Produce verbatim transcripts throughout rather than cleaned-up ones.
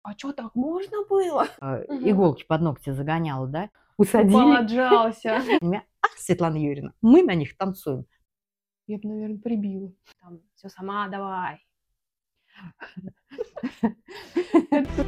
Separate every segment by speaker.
Speaker 1: А чё, так можно было?
Speaker 2: А,
Speaker 1: Мгм.
Speaker 2: иголки под ногти загоняла, да,
Speaker 1: Упал,
Speaker 2: усадили.
Speaker 1: отжался.
Speaker 2: "Ах, Светлана Юрьевна, мы на них танцуем".
Speaker 1: Я б, наверно, прибила. Там: "Всё сама давай". Это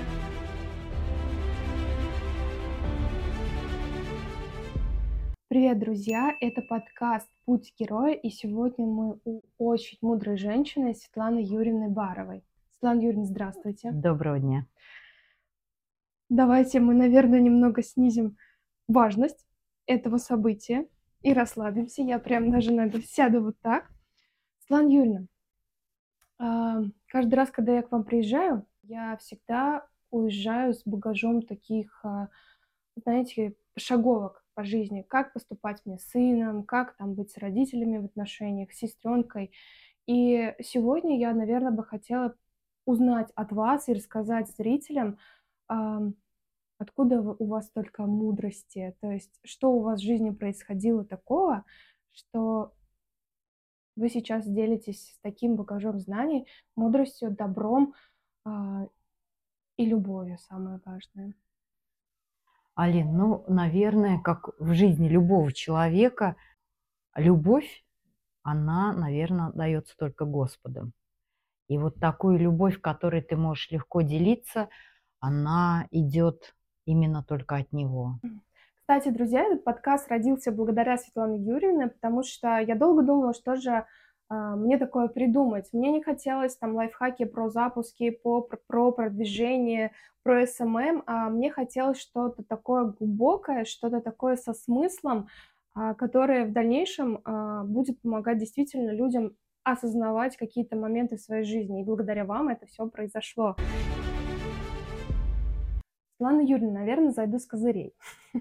Speaker 1: Привет, друзья! Это подкаст "Путь героя", и сегодня мы у очень мудрой женщины Светланы Юрьевны Баровой. Светлана Юрьевна, здравствуйте!
Speaker 2: Доброго дня!
Speaker 1: Давайте мы, наверно, немного снизим важность этого события и расслабимся. Я прям даже, наверно, сяду вот так. Светлана Юрьевна, а, каждый раз, когда я к вам приезжаю, я всегда уезжаю с багажом таких, а, знаете, шаговок по жизни: как поступать мне с сыном, как там быть с родителями в отношениях, с сестрёнкой. И сегодня я, наверно, бы хотела узнать от вас и рассказать зрителям, ам, откуда в у вас столько мудрости. То есть что у вас в жизни происходило такого, что вы сейчас делитесь с таким багажом знаний, мудростью, добром, а, и любовью, самое важное.
Speaker 2: Алин, ну, наверное, как в жизни любого человека, любовь, она, наверно, даётся только Господом. И вот такую любовь, которой ты можешь легко делиться, она идёт именно только от Него.
Speaker 1: М. Кстати, друзья, этот подкаст родился благодаря Светлане Юрьевне, потому что я долго думала, что же, а, мне такое придумать. Мне не хотелось там лайфхаки про запуски, по про продвижение, про эс эм эм, а мне хотелось что-то такое глубокое, что-то такое со смыслом, а, которое в дальнейшем, а, будет помогать действительно людям осознавать какие-то моменты в своей жизни. И благодаря вам это всё произошло. Светлана Юрьевна, наверно, зайду с козырей.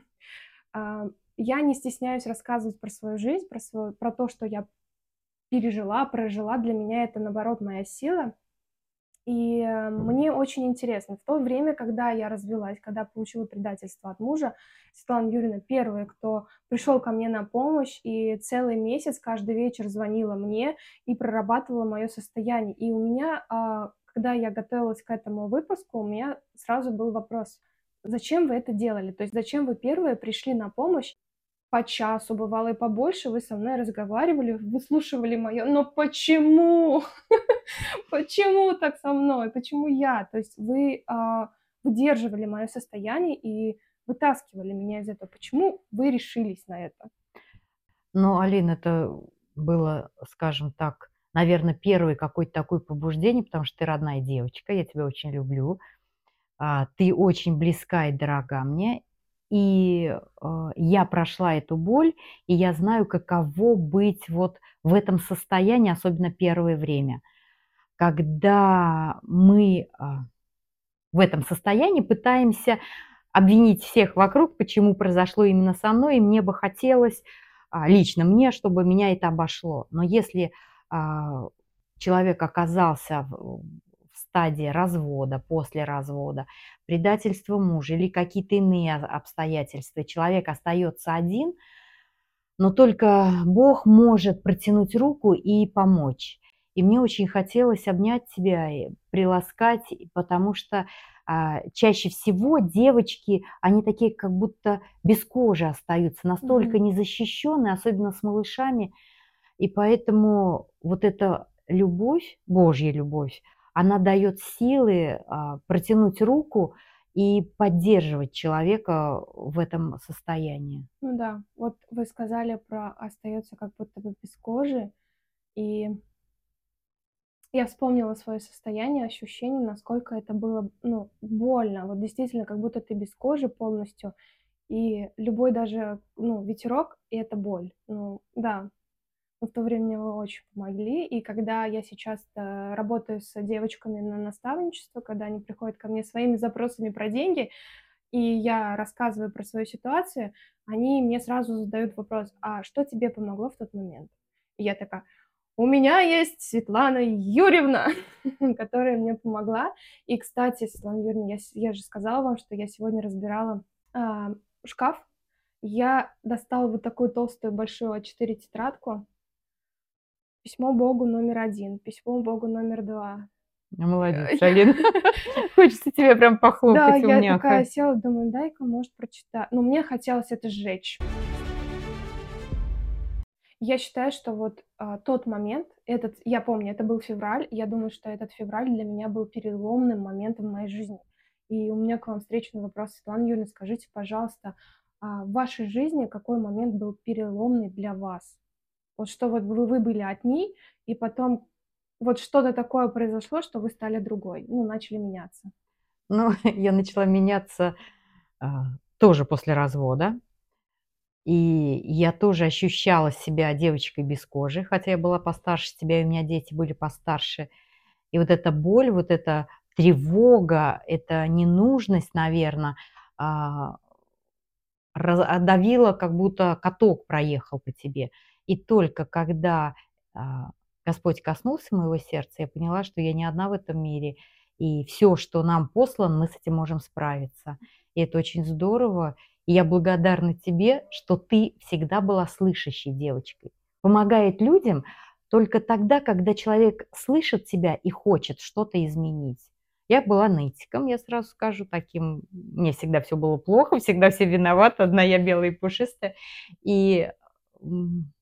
Speaker 1: А, я не стесняюсь рассказывать про свою жизнь, про свою про то, что я пережила, прожила. Для меня это, наоборот, моя сила. И мне очень интересно. В то время, когда я развелась, когда получила предательство от мужа, Светлана Юрьевна первая, кто пришёл ко мне на помощь и целый месяц каждый вечер звонила мне и прорабатывала моё состояние. И у меня, а, когда я готовилась к этому выпуску, у меня сразу был вопрос: "Зачем вы это делали?" То есть зачем вы первые пришли на помощь? По часу, бывало и побольше, вы со мной разговаривали, выслушивали моё "но почему? Почему так со мной? Почему я?" То есть вы, а, выдерживали моё состояние и вытаскивали меня из этого. Почему вы решились на это?
Speaker 2: Ну, Алин, это было, скажем так, наверно, первое какое-то такое побуждение, потому что ты родная девочка, я тебя очень люблю. А, ты очень близка и дорога мне. И, а, я прошла эту боль, и я знаю, каково быть вот в этом состоянии, особенно первое время. Когда мы, а, в этом состоянии пытаемся обвинить всех вокруг, почему произошло именно со мной, и мне бы хотелось, а, лично мне, чтобы меня это обошло. Но если, а, человек оказался в в стадии развода, после развода, предательства мужа или какие-то иные а обстоятельства, и человек остаётся один, но только Бог может протянуть руку и помочь. И мне очень хотелось обнять тебя и приласкать, потому что, а, чаще всего девочки, они такие как будто без кожи остаются, настолько
Speaker 1: Мгм.
Speaker 2: незащищенные, особенно с малышами. И поэтому вот эта любовь, Божья любовь, она даёт силы, а, протянуть руку и поддерживать человека в этом состоянии.
Speaker 1: Ну да, вот вы сказали про "остаётся как будто бы без кожи", и я вспомнила своё состояние, ощущение, насколько это было, ну, больно. Вот действительно, как будто ты без кожи полностью, и любой даже, ну, ветерок- и это боль. Ну да, в то время мне вы очень помогли. И когда я сейчас, э, работаю с девочками на наставничество, когда они приходят ко мне своими запросами про деньги, и я рассказываю про свою ситуацию, они мне сразу задают вопрос: "А что тебе помогло в тот момент?" И я такая: "У меня есть Светлана Юрьевна, которая мне помогла". И, кстати, Светлана Юрьевна, я с я же сказала вам, что я сегодня разбирала, а, шкаф. Я достала вот такую толстую большую а четыре тетрадку. Письмо Богу номер один, письмо Богу номер два.
Speaker 2: Молодец, Алина. Хочется тебе прям
Speaker 1: Да,
Speaker 2: похлопать,
Speaker 1: я такая
Speaker 2: умняха.
Speaker 1: села, думаю, дай-ка, может, прочитаю. Но мне хотелось это сжечь. Я считаю, что вот, а, тот момент, этот я помню, это был февраль. Я думаю, что этот февраль для меня был переломным моментом в моей жизни. И у меня к вам встречный вопрос. Светлана Юрьевна, скажите, пожалуйста, а в вашей жизни какой момент был переломный для вас? Вот что вот вы вы были одни, и потом вот что-то такое произошло, что вы стали другой, ну, начали меняться.
Speaker 2: Ну, я начала меняться, а, тоже после развода. И я тоже ощущала себя девочкой без кожи, хотя я была постарше тебя, и у меня дети были постарше. И вот эта боль, вот эта тревога, эта ненужность, наверно, а, раз а, давила, как будто каток проехал по тебе. И только когда, а, Господь коснулся моего сердца, я поняла, что я не одна в этом мире, и всё, что нам послано, мы с этим можем справиться. И это очень здорово. И я благодарна тебе, что ты всегда была слышащей девочкой. Помогает людям только тогда, когда человек слышит тебя и хочет что-то изменить. Я была нытиком, я сразу скажу, таким. Мне всегда всё было плохо, всегда все виноваты, одна я белая и пушистая. И, м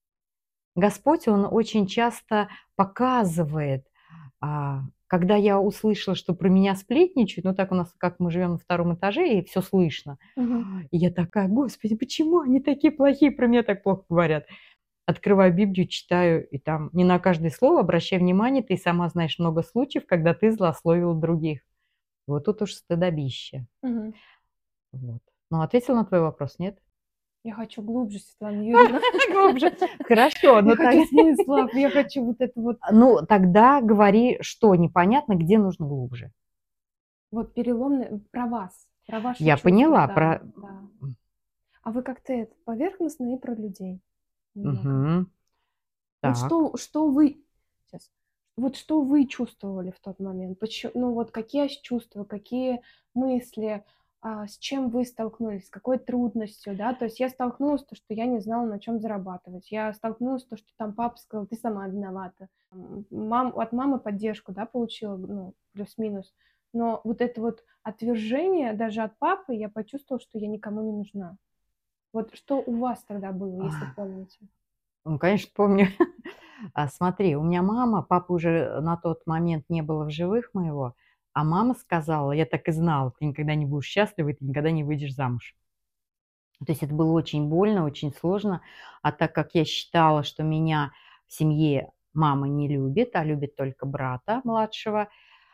Speaker 2: Господь, Он очень часто показывает, а, когда я услышала, что про меня сплетничают, ну, так у нас, как мы живем на втором этаже, и всё слышно.
Speaker 1: Мгм.
Speaker 2: И я такая: "Господи, почему они такие плохие, про меня так плохо говорят?" Открываю Библию, читаю, и там: "Не на каждое слово обращай внимание, ты и сама знаешь много случаев, когда ты злословила других". Вот тут уж стыдобище.
Speaker 1: Мгм.
Speaker 2: Вот. Ну, ответила на твой вопрос, нет?
Speaker 1: Я хочу глубже, Светлана Юрьевна.
Speaker 2: Глубже. Хорошо,
Speaker 1: Я
Speaker 2: ну
Speaker 1: хочу
Speaker 2: тогда
Speaker 1: смыслов, я хочу вот это вот.
Speaker 2: Ну, тогда говори, что непонятно, где нужно глубже.
Speaker 1: Вот переломный про вас, про ваши
Speaker 2: Я
Speaker 1: чувства,
Speaker 2: поняла
Speaker 1: да,
Speaker 2: про
Speaker 1: да. А вы как-то это поверхностно и про людей немного.
Speaker 2: Мгм.
Speaker 1: Вот
Speaker 2: Так.
Speaker 1: что что вы щас, вот что вы чувствовали в тот момент? Почему, ну, вот какие ощ чувства, какие мысли, а, с чем вы столкнулись, с какой трудностью, да? То есть я столкнулась, то, что я не знала, на чём зарабатывать. Я столкнулась, то, что там папа сказал: "Ты сама виновата". М, мам от мамы поддержку, да, получила, ну, плюс-минус. Но вот это вот отвержение даже от папы, я почувствовала, что я никому не нужна. Вот что у вас тогда было, если
Speaker 2: А.
Speaker 1: помните?
Speaker 2: Ну, конечно, помню. А, смотри, у меня мама, папы уже на тот момент не было в живых моего, а мама сказала: "Я так и знала, ты никогда не будешь счастлива, и ты никогда не выйдешь замуж". То есть это было очень больно, очень сложно. А так как я считала, что меня в семье мама не любит, а любит только брата младшего,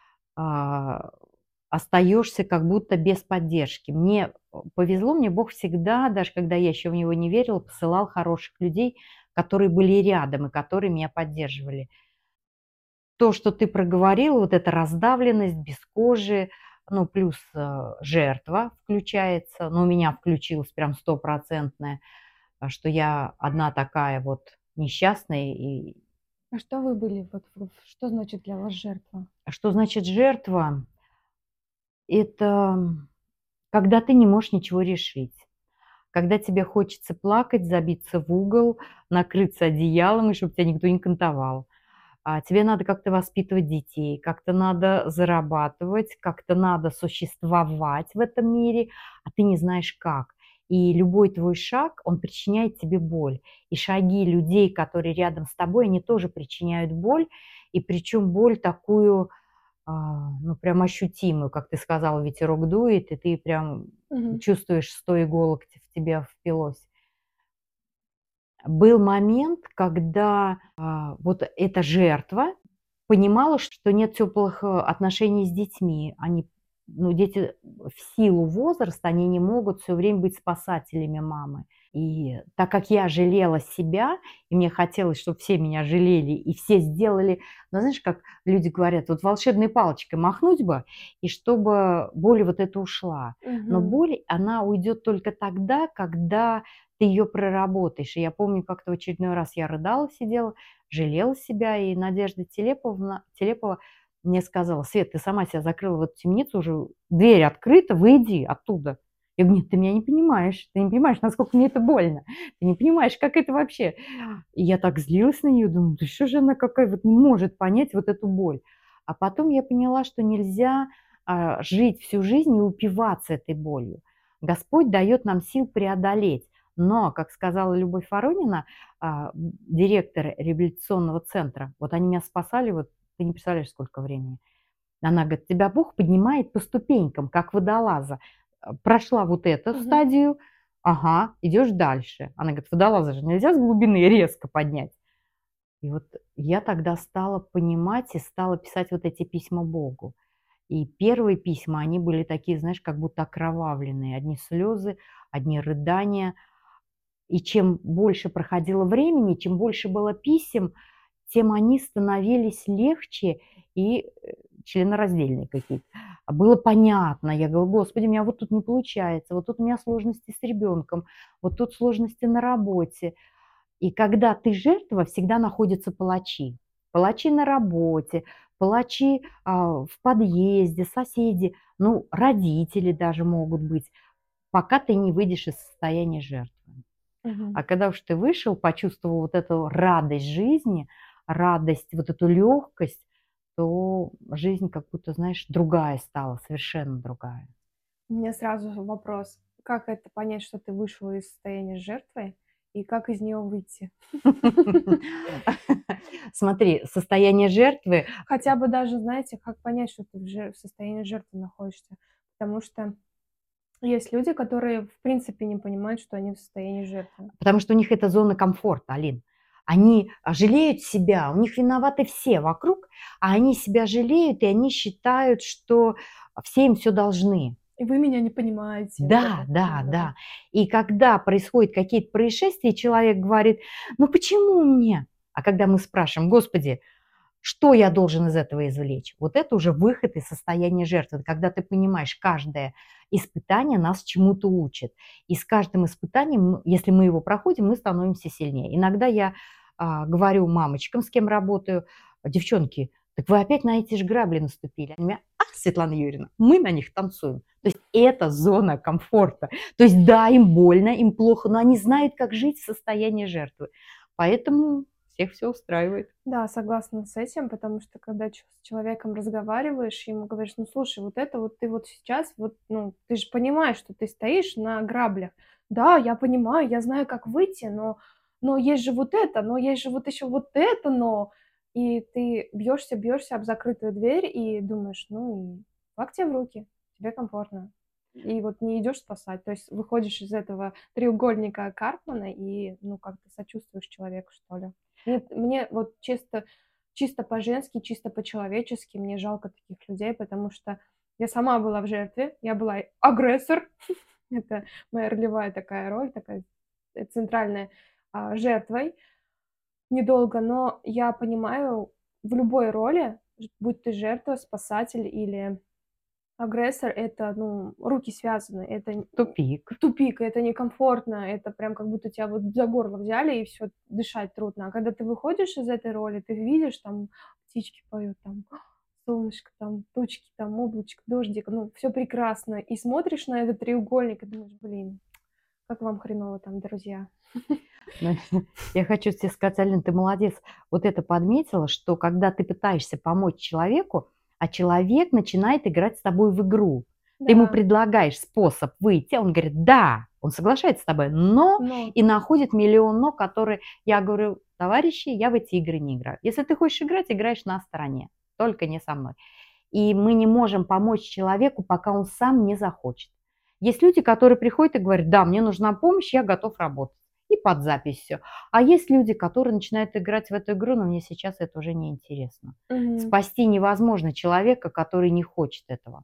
Speaker 2: а, остаешься как будто без поддержки. Мне, э, повезло, мне Бог всегда, даже когда я еще в Него не верила, посылал хороших людей, которые были рядом и которые меня поддерживали. То, что ты проговорила, вот эта раздавленность, без кожи, ну, плюс, э, жертва включается, но у меня включилась прям стопроцентная, а, что я одна такая вот несчастная и
Speaker 1: А что вы были, вот в в что значит для вас жертва?
Speaker 2: А что значит жертва? Это когда ты не можешь ничего решить, когда тебе хочется плакать, забиться в угол, накрыться одеялом, и чтоб тя никто не кантовал. А тебе надо как-то воспитывать детей, как-то надо зарабатывать, как-то надо существовать в этом мире, а ты не знаешь как. И любой твой шаг, он причиняет тебе боль. И шаги людей, которые рядом с тобой, они тоже причиняют боль, и причем боль такую, а, ну, прям ощутимую. Как ты сказала, ветерок дует, и ты прям
Speaker 1: Мгм.
Speaker 2: чувствуешь, сто иголок те в тебя впилось. Был момент, когда, а, вот эта жертва понимала, что нет теплых, э, отношений с детьми. Они, ну, дети в силу возраста, они не могут всё время быть спасателями мамы. И так как я жалела себя, и мне хотелось, чтоб все меня жалели, и все сделали, ну, знаешь, как люди говорят: "Вот волшебной палочкой махнуть бы, и чтобы боль вот эта ушла". Но
Speaker 1: Мгм.
Speaker 2: боль, она уйдет только тогда, когда ты ее проработаешь. И я помню, как-то в очередной раз я рыдала, сидела, жалела себя, и Надежда Телеповна Телепова мне сказала: "Свет, ты сама ся закрыла в эту темницу, уже дверь открыта, выйди оттуда". Я говорю: "Нет, ты меня не понимаешь, ты не понимаешь, насколько мне это больно, ты не понимаешь, как это вообще". И я так злилась на нее, думаю: "Да что же она какая вот не может понять вот эту боль?" А потом я поняла, что нельзя а, жить всю жизнь и упиваться этой болью. Господь дает нам сил преодолеть. Но, как сказала Любовь Воронина, а, директор реабилитационного центра, вот они меня спасали, вот ты не представляешь, сколько времени. Она говорит, тебя Бог поднимает по ступенькам, как водолаза. Э, Прошла вот эту
Speaker 1: Мгм.
Speaker 2: стадию, ага, идешь дальше. Она говорит, водолаза же нельзя с глубины резко поднять. И вот я тогда стала понимать и стала писать вот эти письма Богу. И первые письма, они были такие, знаешь, как будто окровавленные. Одни слезы, одни рыдания. И чем больше проходило времени, чем больше было писем, тем они становились легче и э, членораздельные какие-то. А было понятно. Я говорю, Господи, у меня вот тут не получается, вот тут у меня сложности с ребенком, вот тут сложности на работе. И когда ты жертва, всегда находятся палачи. Палачи на работе, палачи а, в подъезде, соседи, ну, родители даже могут быть, пока ты не выйдешь из состояния жертвы.
Speaker 1: Мгм.
Speaker 2: А когда уж ты вышел, почувствовал вот эту радость жизни, радость, вот эту легкость, то жизнь как будто, знаешь, другая стала, совершенно другая.
Speaker 1: У меня сразу же вопрос: как это понять, что ты вышел из состояния жертвы, и как из нее выйти?
Speaker 2: Смотри, состояние жертвы,
Speaker 1: Хотя бы даже, знаете, как понять, что ты в жер в состоянии жертвы находишься? Потому что есть люди, которые в принципе не понимают, что они в состоянии жертвы.
Speaker 2: потому что у них это зона комфорта, Алин. Они а, жалеют себя, у них виноваты все вокруг, а они себя жалеют, и они считают, что все им все должны.
Speaker 1: И вы меня не понимаете. Вот
Speaker 2: Да,
Speaker 1: это.
Speaker 2: да,
Speaker 1: Да-да-да.
Speaker 2: да. И когда происходят какие-то происшествия, человек говорит, ну почему мне? А когда мы спрашиваем, Господи, что я должен из этого извлечь? Вот это уже выход из состояния жертвы, когда ты понимаешь, каждое испытание нас чему-то учит. И с каждым испытанием, если мы его проходим, мы становимся сильнее. Иногда я а, говорю мамочкам, с кем работаю, девчонки, так вы опять на эти же грабли наступили. Они меня, а, Светлана Юрьевна, мы на них танцуем. То есть это зона комфорта. То есть да, им больно, им плохо, но они знают, как жить в состоянии жертвы. Поэтому всех все устраивает.
Speaker 1: Да, согласна с этим, потому что когда ч с человеком разговариваешь, ему говоришь: "Ну, слушай, вот это вот ты вот сейчас вот, ну, ты же понимаешь, что ты стоишь на граблях". "Да, я понимаю, я знаю, как выйти, но но есть же вот это, но есть же вот еще вот это но". И ты бьешься, бьешься об закрытую дверь и думаешь: "Ну и флаг тебе в руки, тебе комфортно". И вот не идешь спасать. То есть выходишь из этого треугольника Карпмана и, ну, как-то сочувствуешь человеку, что ли. Мне мне вот чисто чисто по-женски, чисто по-человечески мне жалко таких людей, потому что я сама была в жертве, я была агрессор. Это моя ролевая такая роль, такая, э, центральная, а, жертвой недолго, но я понимаю, в любой роли, ж будь ты жертва, спасатель или агрессор, это, ну, руки связаны, это н
Speaker 2: Тупик.
Speaker 1: тупик, это некомфортно, это прям как будто тебя вот за горло взяли и все дышать трудно. А когда ты выходишь из этой роли, ты видишь, там птички поют, там солнышко, там тучки, там облачко, дождик, ну, все прекрасно. И смотришь на этот треугольник и думаешь: "Блин, как вам хреново там, друзья".
Speaker 2: Ну, я хочу тебе сказать, Алина, ты молодец. Вот это подметила, что когда ты пытаешься помочь человеку, а человек начинает играть с тобой в игру. Ты ему
Speaker 1: Да,
Speaker 2: предлагаешь способ выйти, а он говорит, да, он соглашается с тобой, но
Speaker 1: но
Speaker 2: и находит миллион но, которые, я говорю, товарищи, я в эти игры не играю. Если ты хочешь играть, играешь на стороне, только не со мной. И мы не можем помочь человеку, пока он сам не захочет. Есть люди, которые приходят и говорят, да, мне нужна помощь, я готов работать. И под запись все. А есть люди, которые начинают играть в эту игру, но мне сейчас это уже не интересно.
Speaker 1: Мгм.
Speaker 2: Спасти невозможно человека, который не хочет этого.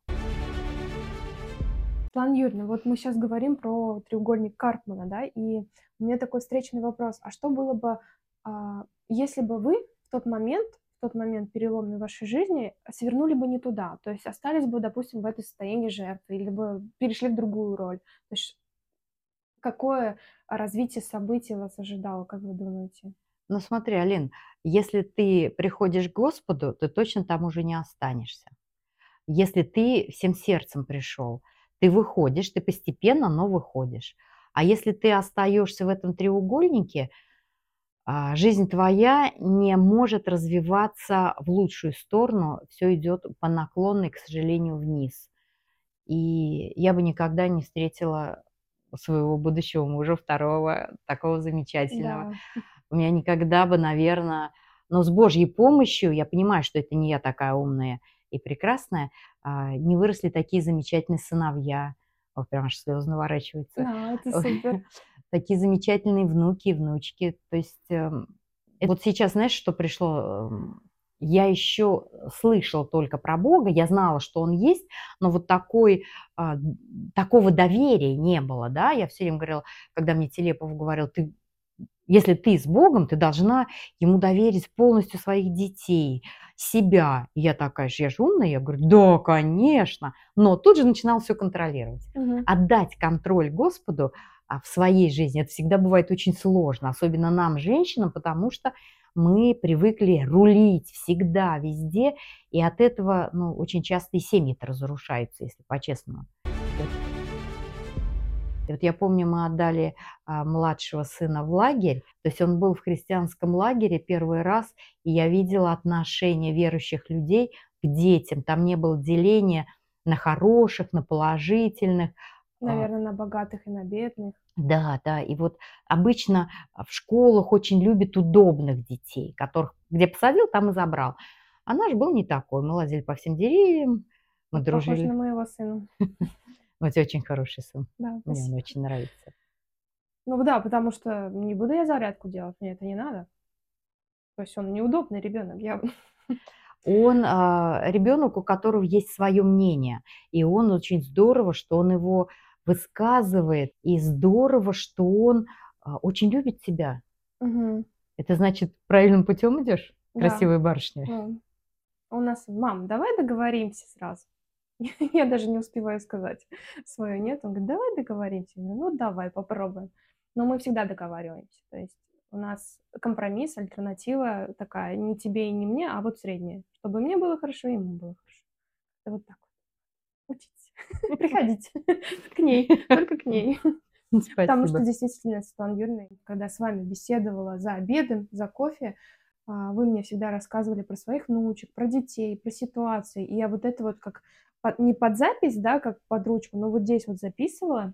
Speaker 1: Светлана Юрьевна, вот мы сейчас говорим про треугольник Карпмана, да, и у меня такой встречный вопрос. А что было бы, а, если бы вы в тот момент, в тот момент переломный в вашей жизни свернули бы не туда? То есть остались бы, допустим, в этом состоянии жертвы или бы перешли в другую роль? То есть какое развитие событий вас ожидало, как вы думаете?
Speaker 2: Ну смотри, Алин, если ты приходишь к Господу, ты точно там уже не останешься. Если ты всем сердцем пришел, ты выходишь, ты постепенно, но выходишь. А если ты остаешься в этом треугольнике, а, жизнь твоя не может развиваться в лучшую сторону, все идет по наклонной, к сожалению, вниз. И я бы никогда не встретила своего будущего мужа, второго, такого замечательного.
Speaker 1: Да,
Speaker 2: У меня никогда бы, наверно, но с Божьей помощью, я понимаю, что это не я такая умная и прекрасная, а, не выросли такие замечательные сыновья. Ой, прям аж слезы наворачиваются.
Speaker 1: да, это супер.
Speaker 2: Такие замечательные внуки и внучки. То есть, эм, э, вот сейчас знаешь, что пришло? Эм, я еще слышала только про Бога, я знала, что Он есть, но вот такой, а, д такого доверия не было, да. Я все время говорила, когда мне Телепов говорил: "Ты если ты с Богом, ты должна Ему доверить полностью своих детей, себя". И я такая же, я же умная, я говорю: "Да, конечно". Но тут же начинала все контролировать.
Speaker 1: Мгм.
Speaker 2: Отдать контроль Господу, а, в своей жизни — это всегда бывает очень сложно, особенно нам, женщинам, потому что мы привыкли рулить всегда, везде, и от этого, ну, очень часто и семьи-то разрушаются, если по-честному. И вот я помню, мы отдали, а, младшего сына в лагерь. То есть он был в христианском лагере первый раз, и я видела отношение верующих людей к детям. Там не было деления на хороших, на положительных. А,
Speaker 1: Наверно, на богатых и на бедных.
Speaker 2: да, да, и вот обычно, а, в школах очень любят удобных детей, которых где посадил, там и забрал. А наш был не такой. Мы лазили по всем деревьям, мы
Speaker 1: Вот похож на
Speaker 2: дружили.
Speaker 1: моего сына.
Speaker 2: У тебя очень хороший сын.
Speaker 1: Да,
Speaker 2: Мне он
Speaker 1: спасибо.
Speaker 2: очень нравится.
Speaker 1: Ну да, потому что не буду я зарядку делать, мне это не надо. То есть он неудобный ребенок, я
Speaker 2: Он, а, ребенок, у которого есть свое мнение, и он очень здорово, что он его высказывает, и здорово, что он, а, очень любит тебя.
Speaker 1: Мгм.
Speaker 2: Это значит, правильным путем идешь,
Speaker 1: Да,
Speaker 2: красивая барышня?
Speaker 1: ну, у нас: "Мам, давай договоримся сразу". Я даже не успеваю сказать свое "нет". Он говорит: "Давай договоримся". Я говорю: "Ну, давай, попробуем". Но мы всегда договариваемся. То есть у нас компромисс, альтернатива такая: не тебе и не мне, а вот средняя. Чтобы мне было хорошо, и ему было хорошо. Это вот так вот. Учитесь. Приходите к ней, только к ней. Потому что
Speaker 2: Спасибо.
Speaker 1: действительно, Светлана Юрьевна, когда с вами беседовала за обедом, за кофе, а, вы мне всегда рассказывали про своих внучек, про детей, про ситуации. И я вот это вот как под не под запись, да, как под ручку, но вот здесь вот записывала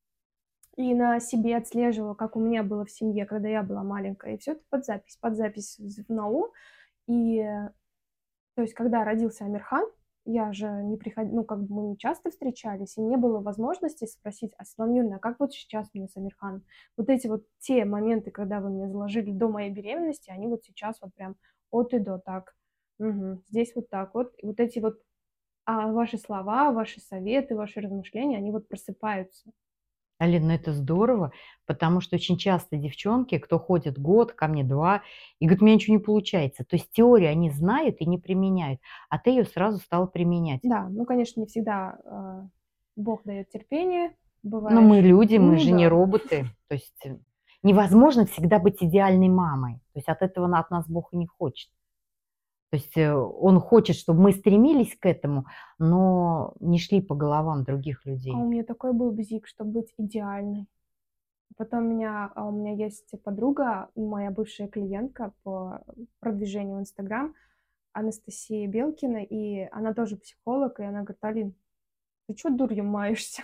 Speaker 1: и на себе отслеживала, как у меня было в семье, когда я была маленькая. И всё это под запись, под запись вз на ум. И, э, то есть когда родился Амирхан, я же не приход ну, как бы мы не часто встречались, и не было возможности спросить: "А, Светлана Юрьевна, а как вот сейчас мне с Амирханом?" Вот эти вот те моменты, когда вы мне изложили до моей беременности, они вот сейчас вот прям от и до. Так, мгм, здесь вот так вот. И вот эти вот, а, ваши слова, ваши советы, ваши размышления, они вот просыпаются.
Speaker 2: Алин, ну это здорово, потому что очень часто девчонки, кто ходит год, ко мне два, и говорят: "У меня ничего не получается". То есть теорию они знают и не применяют, а ты ее сразу стала применять.
Speaker 1: Да, ну, конечно, не всегда, а, Бог дает терпение.
Speaker 2: Но мы
Speaker 1: Бываешь
Speaker 2: люди, мы
Speaker 1: ну
Speaker 2: же не
Speaker 1: да.
Speaker 2: роботы. То есть, э, невозможно всегда быть идеальной мамой. То есть от этого на от нас Бог и не хочет. То есть, э, Он хочет, чтобы мы стремились к этому, но не шли по головам других
Speaker 1: А у
Speaker 2: людей.
Speaker 1: меня такой был бзик, чтобы быть идеальной. Потом меня а, у меня есть подруга, моя бывшая клиентка по продвижению в "Инстаграм", Анастасия Белкина, и она тоже психолог. И она говорит: "Алин, ты чё дурью маешься?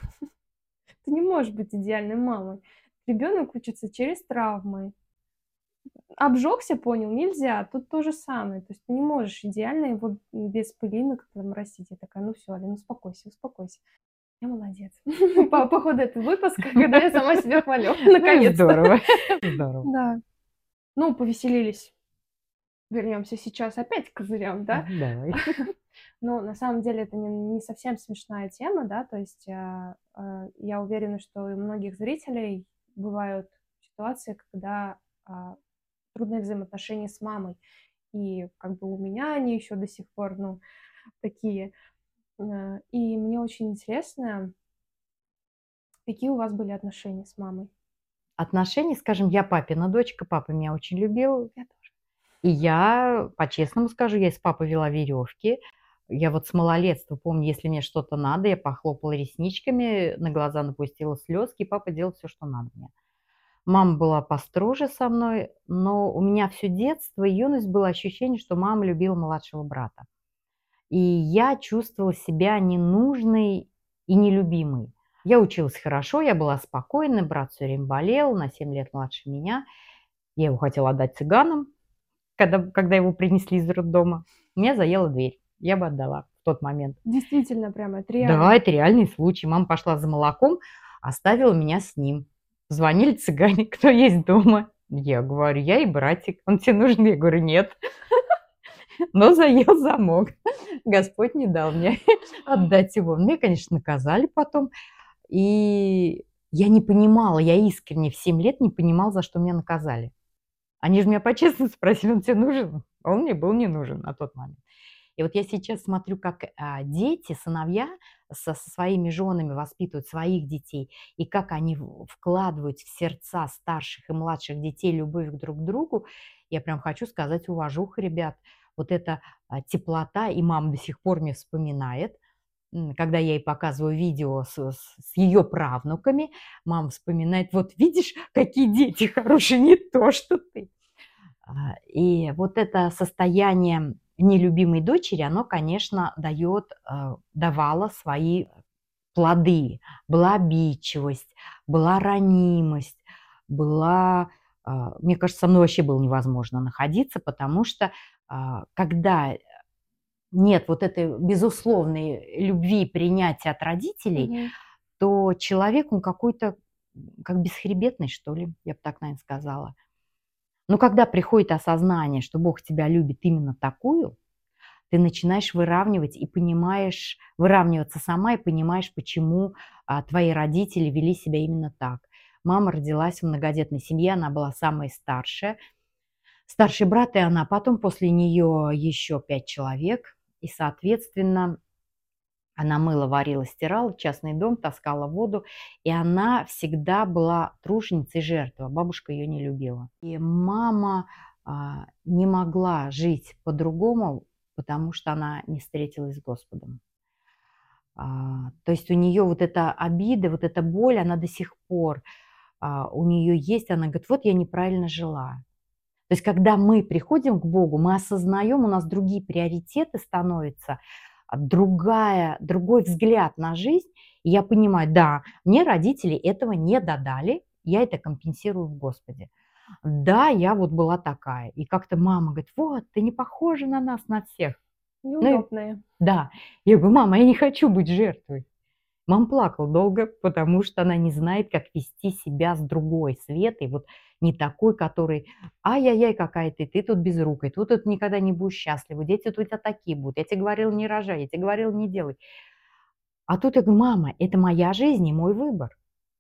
Speaker 1: Ты не можешь быть идеальной мамой. Ребенок учится через травмы. Обжегся, понял, нельзя. Тут то же самое. То есть ты не можешь идеально его без пылинок там растить". Я такая: "Ну всё, Алин, успокойся, успокойся". Я молодец. По по ходу этого выпуска, когда я сама себя хвалю,
Speaker 2: Ну и
Speaker 1: наконец-то.
Speaker 2: здорово, здорово.
Speaker 1: Да. Ну, повеселились. Вернемся сейчас опять к козырям, да?
Speaker 2: Давай.
Speaker 1: Но на самом деле это не не совсем смешная тема, да. То есть, а, а, я уверена, что у многих зрителей бывают ситуации, когда, а, трудные взаимоотношения с мамой. И как бы у меня они еще до сих пор, ну, такие. Э, и мне очень интересно, какие у вас были отношения с мамой?
Speaker 2: Отношения, скажем, я папина дочка, папа меня очень любил.
Speaker 1: Я тоже.
Speaker 2: И я, по-честному скажу, я и с папой вела веревки. Я вот с малолетства помню, если мне что-то надо, я похлопала ресничками, на глаза напустила слезки, и папа делал все, что надо мне. Мама была построже со мной, но у меня всё детство и юность было ощущение, что мама любила младшего брата. И я чувствовала себя ненужной и нелюбимой. Я училась хорошо, я была спокойной, брат всё время болел, на семь лет младше меня. Я его хотела отдать цыганам, когда когда его принесли из роддома. Меня заела дверь. Я бы отдала в тот момент.
Speaker 1: Действительно, прям это
Speaker 2: Да,
Speaker 1: реально.
Speaker 2: это реальный случай. Мама пошла за молоком, оставила меня с ним. Звонили цыгане: "Кто есть дома?" Я говорю: "Я и братик. Он те нужен?" Я говорю: "Нет". Но заел замок. Господь не дал мне отдать его. Меня, конечно, наказали потом. И я не понимала, я искренне в семь лет не понимала, за что меня наказали. Они же меня по-честному спросили: "Он те нужен?" А он мне был не нужен на тот момент. И вот я сейчас смотрю, как, а, дети, сыновья со со своими женами воспитывают своих детей, и как они в вкладывают в сердца старших и младших детей любовь друг к другу. Я прям хочу сказать: уважуха, ребят. Вот эта, а, теплота, и мама до сих пор мне вспоминает. М, когда я ей показываю видео с с с ее правнуками, мама вспоминает: "Вот видишь, какие дети хорошие, не то что ты". А, и вот это состояние нелюбимой дочери, оно, конечно, даёт, а, давало свои плоды. Была обидчивость, была ранимость, была, а, мне кажется, со мной вообще было невозможно находиться, потому что, а, когда, э, нет вот этой безусловной любви и принятия от родителей,
Speaker 1: Мгм.
Speaker 2: то человек, он какой-то, м, как бесхребетный, что ли, я б так, наверно, сказала. Но когда приходит осознание, что Бог тебя любит именно такую, ты начинаешь выравнивать и понимаешь выравниваться сама и понимаешь, почему, а, твои родители вели себя именно так. Мама родилась в многодетной семье, она была самая старшая. Старший брат и она. Потом после неё ещё пять человек. И, соответственно, она мыла, варила, стирала, частный дом, таскала воду. И она всегда была труженицей и жертва. Бабушка её не любила. И мама, а, не могла жить по-другому, потому что она не встретилась с Господом. А, то есть у неё вот эта обида, вот эта боль, она до сих пор, а, у неё есть. Она говорит: "Вот я неправильно жила". То есть когда мы приходим к Богу, мы осознаем, у нас другие приоритеты становятся, а, другая другой взгляд на жизнь. И я понимаю: да, мне родители этого не додали, я это компенсирую в Господе. Да, я вот была такая. И как-то мама говорит: "Вот, ты не похожа на нас на всех". Ну и
Speaker 1: Неудобные.
Speaker 2: да. Я говорю: "Мама, я не хочу быть жертвой". Мама плакала долго, потому что она не знает, как вести себя с другой Светой, вот не такой, которой: "Ай-яй-яй, какая ты, ты тут безрукая, ты тут никогда не будешь счастлива, дети у тя такие будут, я те говорила, не рожай, я те говорила, не делай". А тут я говорю: "Мама, это моя жизнь и мой выбор".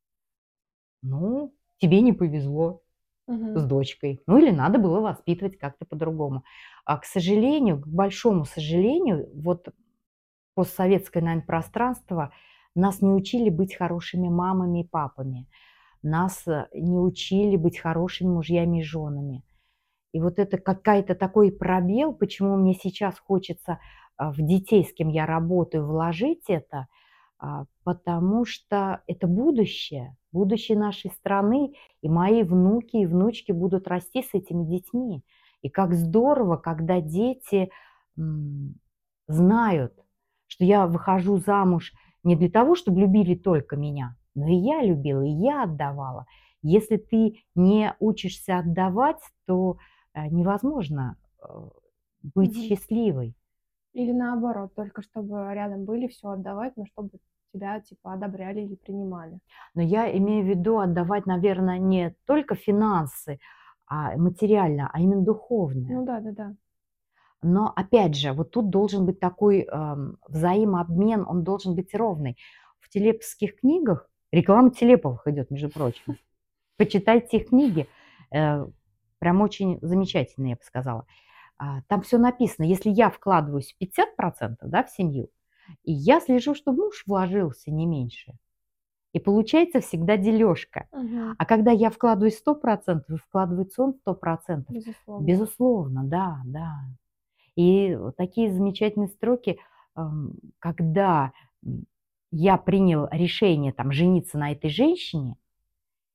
Speaker 2: Ну, тебе не повезло с
Speaker 1: Мгм.
Speaker 2: дочкой. Ну, или надо было воспитывать как-то по-другому. А, к сожалению, к большому сожалению, вот постсоветское, наверно, пространство, нас не учили быть хорошими мамами и папами. Нас, э, не учили быть хорошими мужьями и женами. И вот это какая-то такой пробел, почему мне сейчас хочется, а, в детей, с кем я работаю, вложить это, а, потому что это будущее, будущее нашей страны, и мои внуки и внучки будут расти с этими детьми. И как здорово, когда дети, м, знают, что я выхожу замуж не для того, чтоб любили только меня, но и я любила, и я отдавала. Если ты не учишься отдавать, то, э, невозможно, э, быть
Speaker 1: Мгм.
Speaker 2: счастливой.
Speaker 1: Или наоборот, только чтобы рядом были, всё отдавать, но чтобы тебя, типа, одобряли или принимали.
Speaker 2: Но я имею в виду отдавать, наверно, не только финансы, а, материально, а именно духовное.
Speaker 1: Ну да-да-да.
Speaker 2: Но опять же, вот тут должен быть такой, ам, взаимообмен, он должен быть ровный. В телеповских книгах реклама Телеповых идёт, между прочим. Почитайте их книги, э, прям очень замечательные, я бы сказала. А, там всё написано. Если я вкладываюсь пятьдесят процентов, да, в семью, и я слежу, чтоб муж вложился не меньше, и получается всегда делёжка.
Speaker 1: Мгм.
Speaker 2: А когда я вкладываю сто процентов, и вкладывается он сто процентов,
Speaker 1: Безусловно.
Speaker 2: безусловно, да, да. И вот такие замечательные строки, ам, когда, м, я принял решение там жениться на этой женщине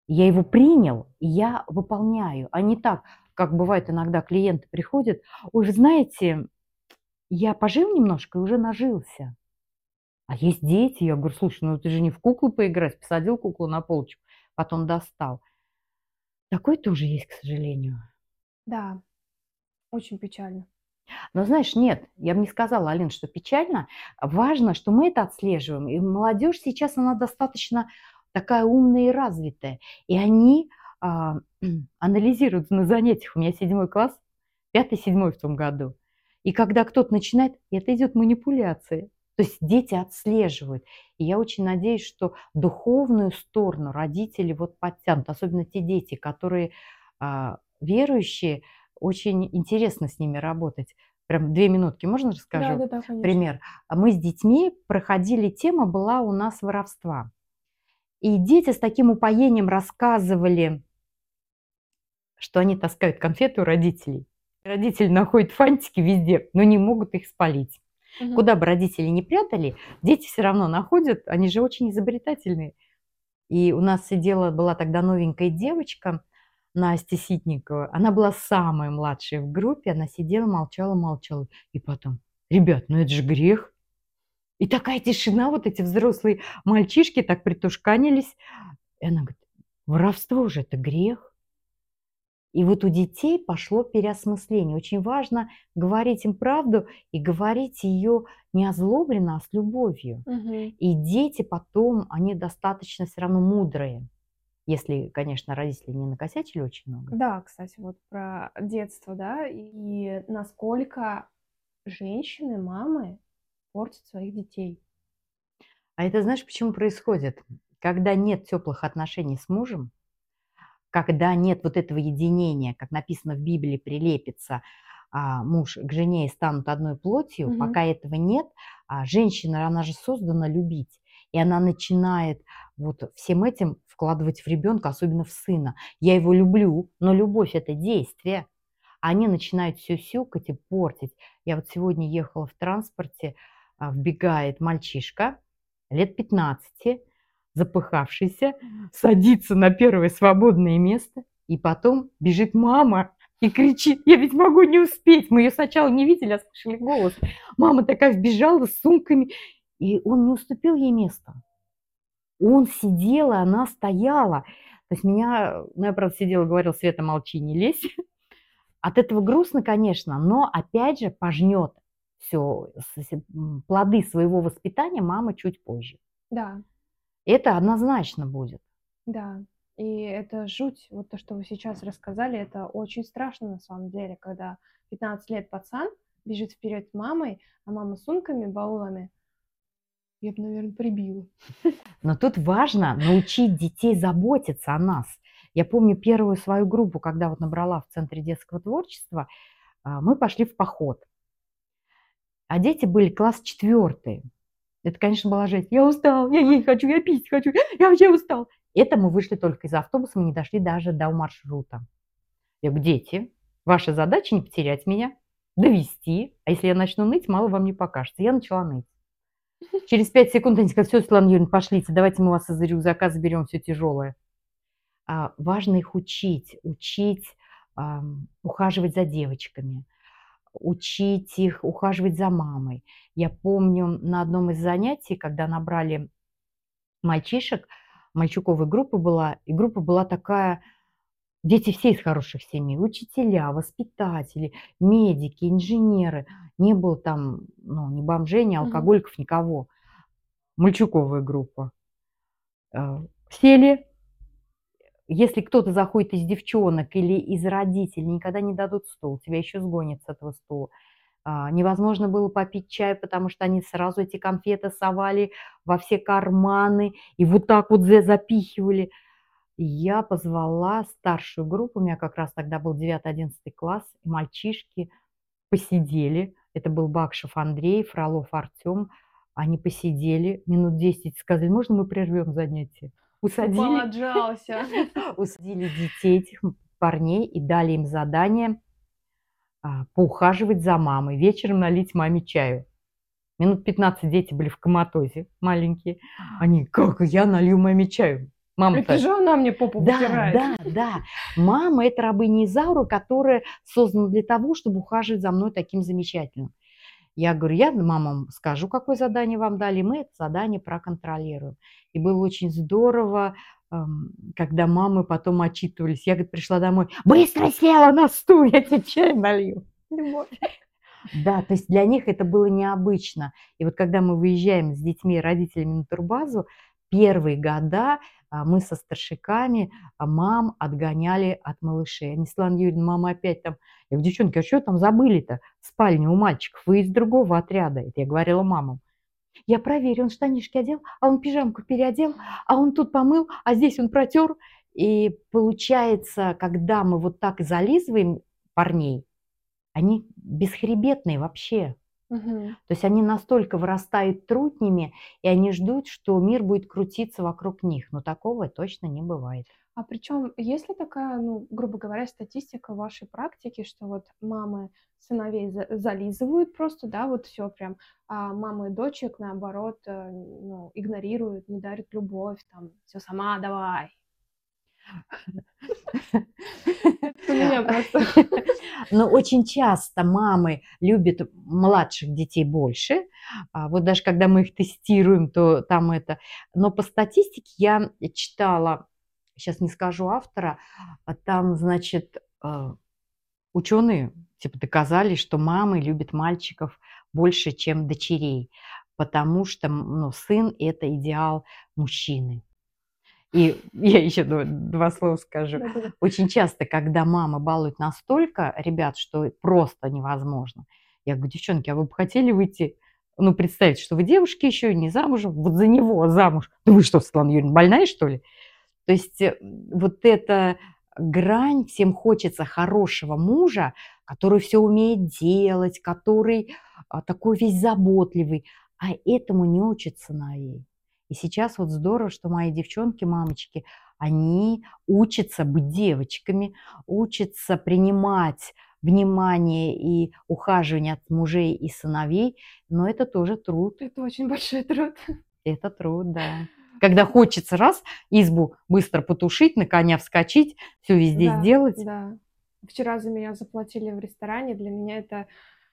Speaker 2: Я его принял, и я выполняю, а не так, как бывает иногда клиенты приходят: "Ой, вы знаете, я пожил немножко и уже нажился". А есть дети. Я говорю: "Слушай, ну ты же не в куклу поиграть". Посадил куклу на полочку, потом достал. Такое тоже есть, к сожалению.
Speaker 1: Да, очень печально.
Speaker 2: Но знаешь, нет, я бы не сказала, Алин, что печально. Важно, что мы это отслеживаем. И молодежь сейчас, она достаточно такая умная и развитая. И они а, анализируют на занятиях. У меня седьмой класс, пятый, седьмой в том году. И когда кто-то начинает, это идет манипуляция. То есть дети отслеживают. И я очень надеюсь, что духовную сторону родители вот подтянут. Особенно те дети, которые а, верующие, очень интересно с ними работать. Прям две минутки, можно расскажу?
Speaker 1: Да-да-да, конечно.
Speaker 2: Пример. А Мы с детьми проходили, тема была у нас воровства. И дети с таким упоением рассказывали, что они таскают конфеты у родителей. Родители находят фантики везде, но не могут их спалить.
Speaker 1: Мгм.
Speaker 2: Куда бы родители ни прятали, дети все равно находят, они же очень изобретательные. И у нас сидела, была тогда новенькая девочка, Настя Ситникова. Она была самая младшая в группе, она сидела, молчала, молчала. И потом: "Ребят, ну это же грех". И такая тишина, вот эти взрослые мальчишки так притушканились. И она говорит: "Воровство же это грех". И вот у детей пошло переосмысление. Очень важно говорить им правду и говорить ее не озлобленно, а с любовью.
Speaker 1: Мгм.
Speaker 2: И дети потом, они достаточно все равно мудрые. Если, конечно, родители не накосячили очень много.
Speaker 1: Да, кстати, вот про детство, да, и насколько женщины, мамы портят своих детей.
Speaker 2: А это знаешь, почему происходит? Когда нет теплых отношений с мужем, когда нет вот этого единения, как написано в Библии, прилепится а, муж к жене и станут одной плотью,
Speaker 1: Мгм.
Speaker 2: пока этого нет, а женщина, она же создана любить, и она начинает вот всем этим вкладывать в ребенка, особенно в сына. Я его люблю, но любовь – это действие. А они начинают все сюкать и портить. Я вот сегодня ехала в транспорте, а, вбегает мальчишка лет пятнадцати, запыхавшийся, садится на первое свободное место, и потом бежит мама и кричит: "Я ведь могу не успеть". Мы ее сначала не видели, а слышали голос. Мама такая вбежала с сумками, и он не уступил ей место. Он сидел, и она стояла. То есть меня, ну, я, правда, сидела, говорила: "Света, молчи, не лезь". От этого грустно, конечно, но опять же пожнет все плоды своего воспитания мама чуть позже.
Speaker 1: Да,
Speaker 2: Это однозначно будет.
Speaker 1: да. И это жуть. Вот то, что вы сейчас рассказали, это очень страшно на самом деле, когда пятнадцать лет пацан бежит вперед с мамой, а мама с сумками, баулами. Я бы, наверное, прибила.
Speaker 2: Но тут важно научить детей заботиться о нас. Я помню первую свою группу, когда вот набрала в Центре детского творчества, а, мы пошли в поход. А дети были класс четвертый. Это, конечно, была жесть. "Я устал, я есть хочу, я пить хочу, я вообще устал". Это мы вышли только из автобуса, мы не дошли даже до маршрута. Я говорю: "Дети, ваша задача не потерять меня, довести, а если я начну ныть, мало вам не покажется". Я начала ныть. Через пять секунд они сказали: "Всё, Светлана Юрьевна, пошлите, давайте мы у вас из рюкзака заберем все тяжелое". А, важно их учить, учить, ам, ухаживать за девочками, учить их ухаживать за мамой. Я помню на одном из занятий, когда набрали мальчишек, мальчуковой группа была, и группа была такая. Дети все из хороших семей: учителя, воспитатели, медики, инженеры. Не было там, ну, ни бомжей, ни
Speaker 1: Мгм.
Speaker 2: алкоголиков, никого. Мальчуковая группа. Э, Сели. Если кто-то заходит из девчонок или из родителей, никогда не дадут стул, тебя еще сгонят с этого стула. А, невозможно было попить чай, потому что они сразу эти конфеты совали во все карманы и вот так вот за запихивали. И я позвала старшую группу, у меня как раз тогда был девятый-одиннадцатый класс, и мальчишки посидели. Это был Бакшев Андрей, Фролов Артем. Они посидели минут десять, сказали: "Можно мы прервем занятие?"
Speaker 1: Упал,
Speaker 2: Усадили,
Speaker 1: отжался.
Speaker 2: усадили детей этих парней и дали им задание а, поухаживать за мамой, вечером налить маме чаю. Минут пятнадцать дети были в коматозе, маленькие. Они: "Как я налью маме чаю?"
Speaker 1: Это
Speaker 2: Мама-то
Speaker 1: же она мне попу
Speaker 2: Да,
Speaker 1: вытирает.
Speaker 2: да, да. Мама – это рабыня Изаура, которая создана для того, чтобы ухаживать за мной таким замечательным. Я говорю: я мамам скажу, какое задание вам дали, и мы это задание проконтролируем. И было очень здорово, ам, когда мамы потом отчитывались. Я, говорит, пришла домой: быстро села на стул, я тебе чай налью.
Speaker 1: Любовь.
Speaker 2: Да, то есть для них это было необычно. И вот когда мы выезжаем с детьми и родителями на турбазу, первые года а, мы со старшаками а, мам отгоняли от малышей. Они: Светлана Юрьевна, мама опять там. Я говорю: девчонки, а что там забыли-то в спальне у мальчиков? Вы из другого отряда. Это я говорила мамам. Я проверю, он штанишки одел, а он пижамку переодел, а он тут помыл, а здесь он протер. И получается, когда мы вот так зализываем парней, они бесхребетные вообще.
Speaker 1: Мгм.
Speaker 2: То есть они настолько вырастают трутнями, и они ждут, что мир будет крутиться вокруг них. Но такого точно не бывает.
Speaker 1: А причем, есть ли такая, ну, грубо говоря, статистика в вашей практике, что вот мамы сыновей за- зализывают просто, да, вот все прям, а мамы дочек, наоборот, э, ну, игнорируют, не дарят любовь, там, все сама давай. Это у меня просто.
Speaker 2: Но очень часто мамы любят младших детей больше. А вот даже когда мы их тестируем, то там это... Но по статистике я читала, сейчас не скажу автора, а там, значит, а, ученые типа доказали, что мамы любят мальчиков больше, чем дочерей, потому что м, ну, сын – это идеал мужчины. И я еще два, два слова скажу.
Speaker 1: Да-да-да.
Speaker 2: Очень часто, когда мама балует настолько ребят, что просто невозможно, я говорю: девчонки, а вы бы хотели выйти, ну, представить, что вы девушки еще не замужем, вот за него замуж? Да вы что, Светлана Юрьевна, больная, что ли? То есть э, вот эта грань, всем хочется хорошего мужа, который все умеет делать, который а, такой весь заботливый, а этому не учат сыновей. И сейчас вот здорово, что мои девчонки, мамочки, они учатся быть девочками, учатся принимать внимание и ухаживание от мужей и сыновей, но это тоже труд.
Speaker 1: Это очень большой труд.
Speaker 2: Это труд, да. Когда хочется раз избу быстро потушить, на коня вскочить, все везде
Speaker 1: Да,
Speaker 2: сделать.
Speaker 1: да. Вчера за меня заплатили в ресторане, для меня это...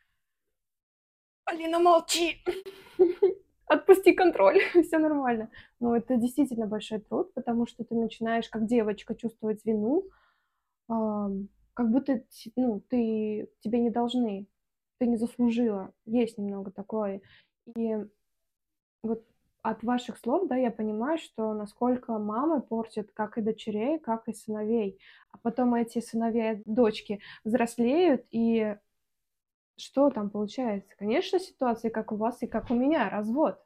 Speaker 1: Алина, молчи! Отпусти контроль, все нормально. Но это действительно большой труд, потому что ты начинаешь как девочка чувствовать вину, ам, как будто, т ну, ты тебе не должны, ты не заслужила. Есть немного такое. И вот от ваших слов, да, я понимаю, что насколько мамы портят как и дочерей, как и сыновей. А потом эти сыновья, дочки взрослеют, и что там получается? Конечно, ситуация, как у вас и как у меня, развод.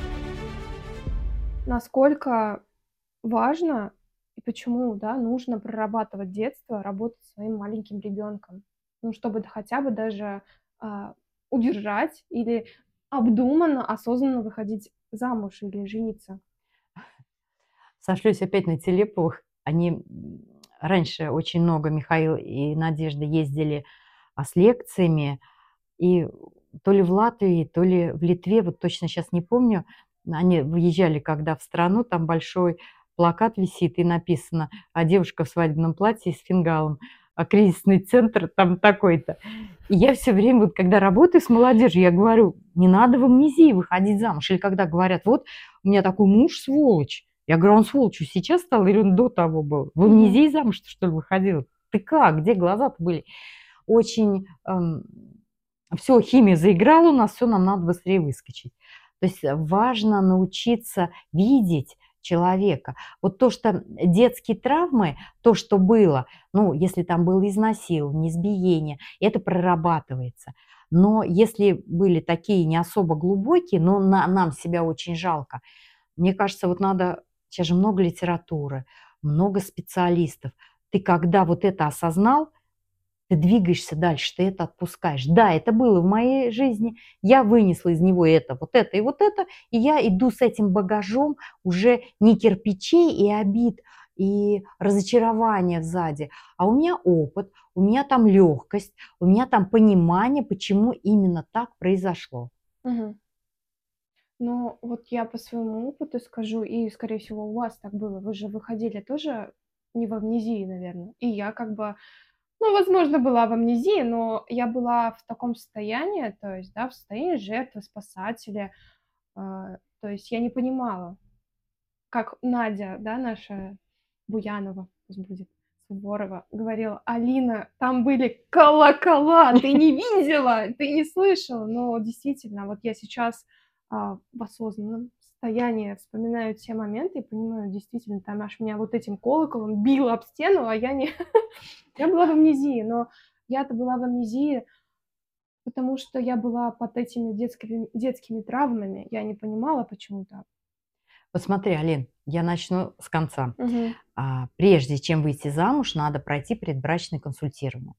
Speaker 1: Насколько важно и почему, да, нужно прорабатывать детство, работать со своим маленьким ребенком. Ну, чтобы д хотя бы даже, а, удержать или обдуманно, осознанно выходить замуж или жениться.
Speaker 2: Сошлюсь опять на Телеповых. Они м, раньше очень много, Михаил и Надежда, ездили а, с лекциями, и то ли в Латвии, то ли в Литве, вот точно сейчас не помню, они выезжали когда в страну, там большой плакат висит и написано: а девушка в свадебном платье с фингалом, а кризисный центр там такой-то. И я все время, вот когда работаю с молодежью, я говорю: не надо в амнезии выходить замуж. Или когда говорят: вот у меня такой муж сволочь. Я говорю: он сволочью сейчас стал или он до того был? В
Speaker 1: Мгм.
Speaker 2: амнезии замуж, что ли, выходил? Ты как? Где глаза-то были? Очень эм, все, химия заиграла у нас, все, нам надо быстрее выскочить. То есть важно научиться видеть человека. Вот то, что детские травмы, то, что было, ну, если там было изнасилование, избиение, это прорабатывается. Но если были такие не особо глубокие, но на, нам себя очень жалко, мне кажется, вот надо, сейчас же много литературы, много специалистов. Ты когда вот это осознал, ты двигаешься дальше, ты это отпускаешь. Да, это было в моей жизни, я вынесла из него это, вот это и вот это, и я иду с этим багажом уже не кирпичей и обид, и разочарования сзади, а у меня опыт, у меня там легкость, у меня там понимание, почему именно так произошло.
Speaker 1: Мгм. Но вот я по своему опыту скажу, и, скорее всего, у вас так было. Вы же выходили тоже не в амнезии, наверное. И я как бы, ну, возможно, была в амнезии, но я была в таком состоянии, то есть, да, в состоянии жертвы, спасателя. А, то есть я не понимала, как Надя, да, наша Буянова, пусть будет, Суворова, говорила: "Алина, там были колокола, ты не видела, ты не слышала". Но действительно, вот я сейчас, а, в осознанном состоянии вспоминаю те моменты и понимаю, действительно, там аж меня вот этим колоколом било об стену, а я не я была в амнезии. Но я-то была в амнезии, потому что я была под этими детскими детскими травмами. Я не понимала, почему так.
Speaker 2: Вот смотри, Алин, я начну с конца.
Speaker 1: Мгм.
Speaker 2: А, прежде чем выйти замуж, надо пройти предбрачное консультирование.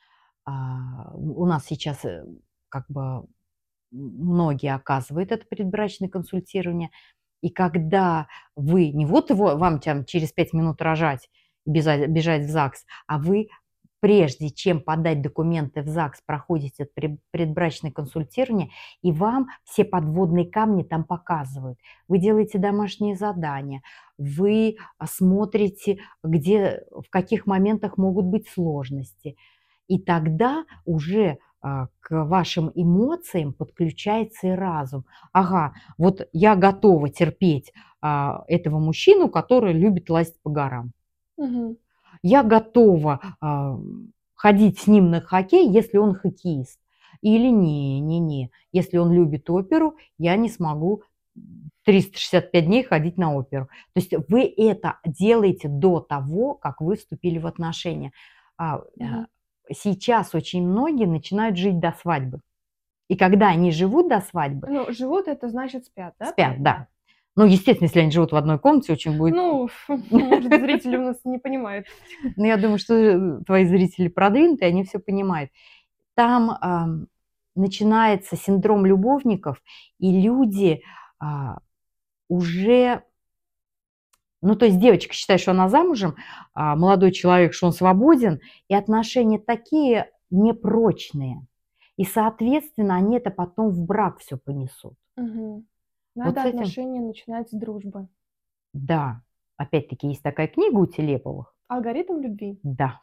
Speaker 2: А, у нас сейчас э, как бы многие оказывают это предбрачное консультирование. И когда вы не вот его, вам там через пять минут рожать и бежать, бежать в ЗАГС, а вы, прежде чем подать документы в ЗАГС, проходите это предбрачное консультирование, и вам все подводные камни там показывают. Вы делаете домашние задания, вы а, смотрите, где, в каких моментах могут быть сложности. И тогда уже а, к вашим эмоциям подключается и разум. Ага, вот я готова терпеть а, этого мужчину, который любит лазить по горам.
Speaker 1: Мгм.
Speaker 2: Я готова а, ходить с ним на хоккей, если он хоккеист. Или не, не, не. Если он любит оперу, я не смогу триста шестьдесят пять дней ходить на оперу. То есть вы это делаете до того, как вы вступили в отношения. А,
Speaker 1: Мгм.
Speaker 2: а, Сейчас очень многие начинают жить до свадьбы. И когда они живут до свадьбы,
Speaker 1: Ну, живут — это значит спят, да,
Speaker 2: спят,
Speaker 1: правильно?
Speaker 2: да. Ну, естественно, если они живут в одной комнате, очень будет...
Speaker 1: Ну, может, зрители у нас не понимают.
Speaker 2: Но я думаю, что э, твои зрители продвинутые, они все понимают. Там ам, начинается синдром любовников, и люди а, уже... Ну, то есть девочка считает, что она замужем, а молодой человек, что он свободен, и отношения такие непрочные. И, соответственно, они это потом в брак все понесут.
Speaker 1: Мгм.
Speaker 2: Вот
Speaker 1: Надо
Speaker 2: с этим,
Speaker 1: отношения начинать с дружбы.
Speaker 2: да, опять-таки есть такая книга у Телеповых.
Speaker 1: Алгоритм любви.
Speaker 2: Да.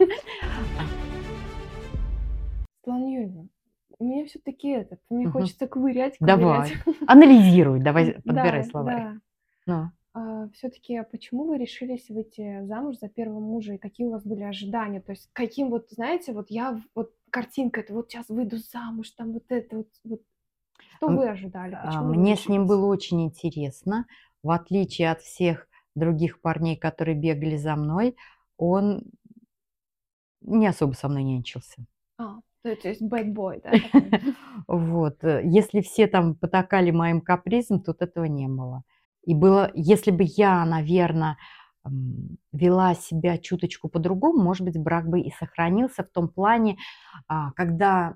Speaker 1: Светлана Юрьевна, мне все-таки этот, мне
Speaker 2: Мгм.
Speaker 1: хочется ковырять, ковырять.
Speaker 2: Давай. Анализируй, давай, подбирай
Speaker 1: Да,
Speaker 2: словарь.
Speaker 1: да.
Speaker 2: Ну.
Speaker 1: Все-таки почему вы решились выйти замуж за первого мужа и какие у вас были ожидания? То есть каким вот, знаете, вот я в- вот картинка, это вот сейчас выйду замуж, там вот это вот, вот. Что
Speaker 2: М,
Speaker 1: вы ожидали?
Speaker 2: а,
Speaker 1: Почему вы
Speaker 2: Мне с ним
Speaker 1: решились?
Speaker 2: было очень интересно. В отличие от всех других парней, которые бегали за мной, он не особо со мной нянчился.
Speaker 1: А, то то есть bad boy, да, такой?
Speaker 2: Вот. э, Если все там потакали моим капризом, тут этого не было. И было, если бы я, наверное, вела себя чуточку по-другому, может быть, брак бы и сохранился в том плане, а, когда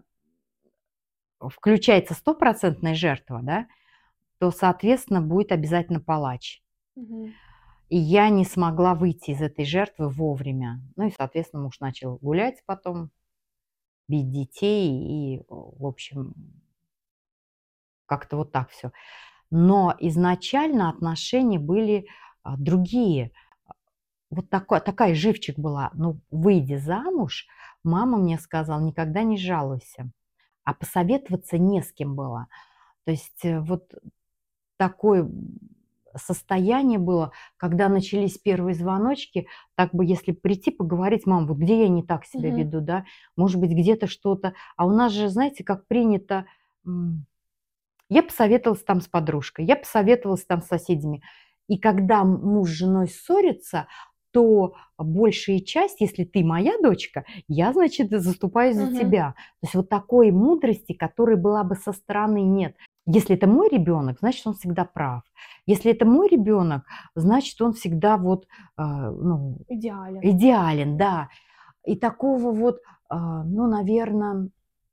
Speaker 2: включается стопроцентная жертва, да, то, соответственно, будет обязательно палач.
Speaker 1: Мгм.
Speaker 2: И я не смогла выйти из этой жертвы вовремя. Ну и, соответственно, муж начал гулять потом, бить детей и, в общем, как-то вот так все. Но изначально отношения были а, другие. Вот такой, такая живчик была. Ну, выйдя замуж, мама мне сказала, никогда не жалуйся. А посоветоваться не с кем было. То есть э, вот такое состояние было, когда начались первые звоночки, так бы, если прийти поговорить, мам, вот где я не так себя
Speaker 1: Мгм.
Speaker 2: веду, да, может быть, где-то что-то. А у нас же, знаете, как принято, м, я посоветовалась там с подружкой, я посоветовалась там с соседями. И когда муж с женой ссорится, то большая часть, если ты моя дочка, я, значит, заступаюсь за
Speaker 1: Мгм.
Speaker 2: тебя. То есть вот такой мудрости, которой была бы со стороны, нет. Если это мой ребенок, значит, он всегда прав. Если это мой ребенок, значит, он всегда вот, а, ну,
Speaker 1: Идеален.
Speaker 2: идеален, да. И такого вот, а, ну, наверное,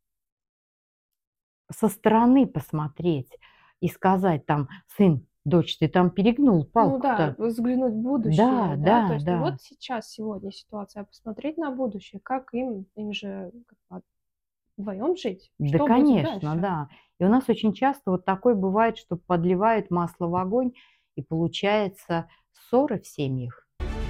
Speaker 2: со стороны посмотреть и сказать там: "Сын, дочь, ты там перегнул
Speaker 1: Ну да,
Speaker 2: палку-то".
Speaker 1: взглянуть в
Speaker 2: Да,
Speaker 1: будущее, да, то
Speaker 2: да,
Speaker 1: есть не
Speaker 2: да.
Speaker 1: вот сейчас, сегодня ситуация, а посмотреть на будущее, как им, им же как бы вдвоем жить.
Speaker 2: Да,
Speaker 1: Что будет
Speaker 2: конечно,
Speaker 1: дальше?
Speaker 2: да. И у нас очень часто вот такое бывает, что подливают масло в огонь, и получается ссоры в семьях.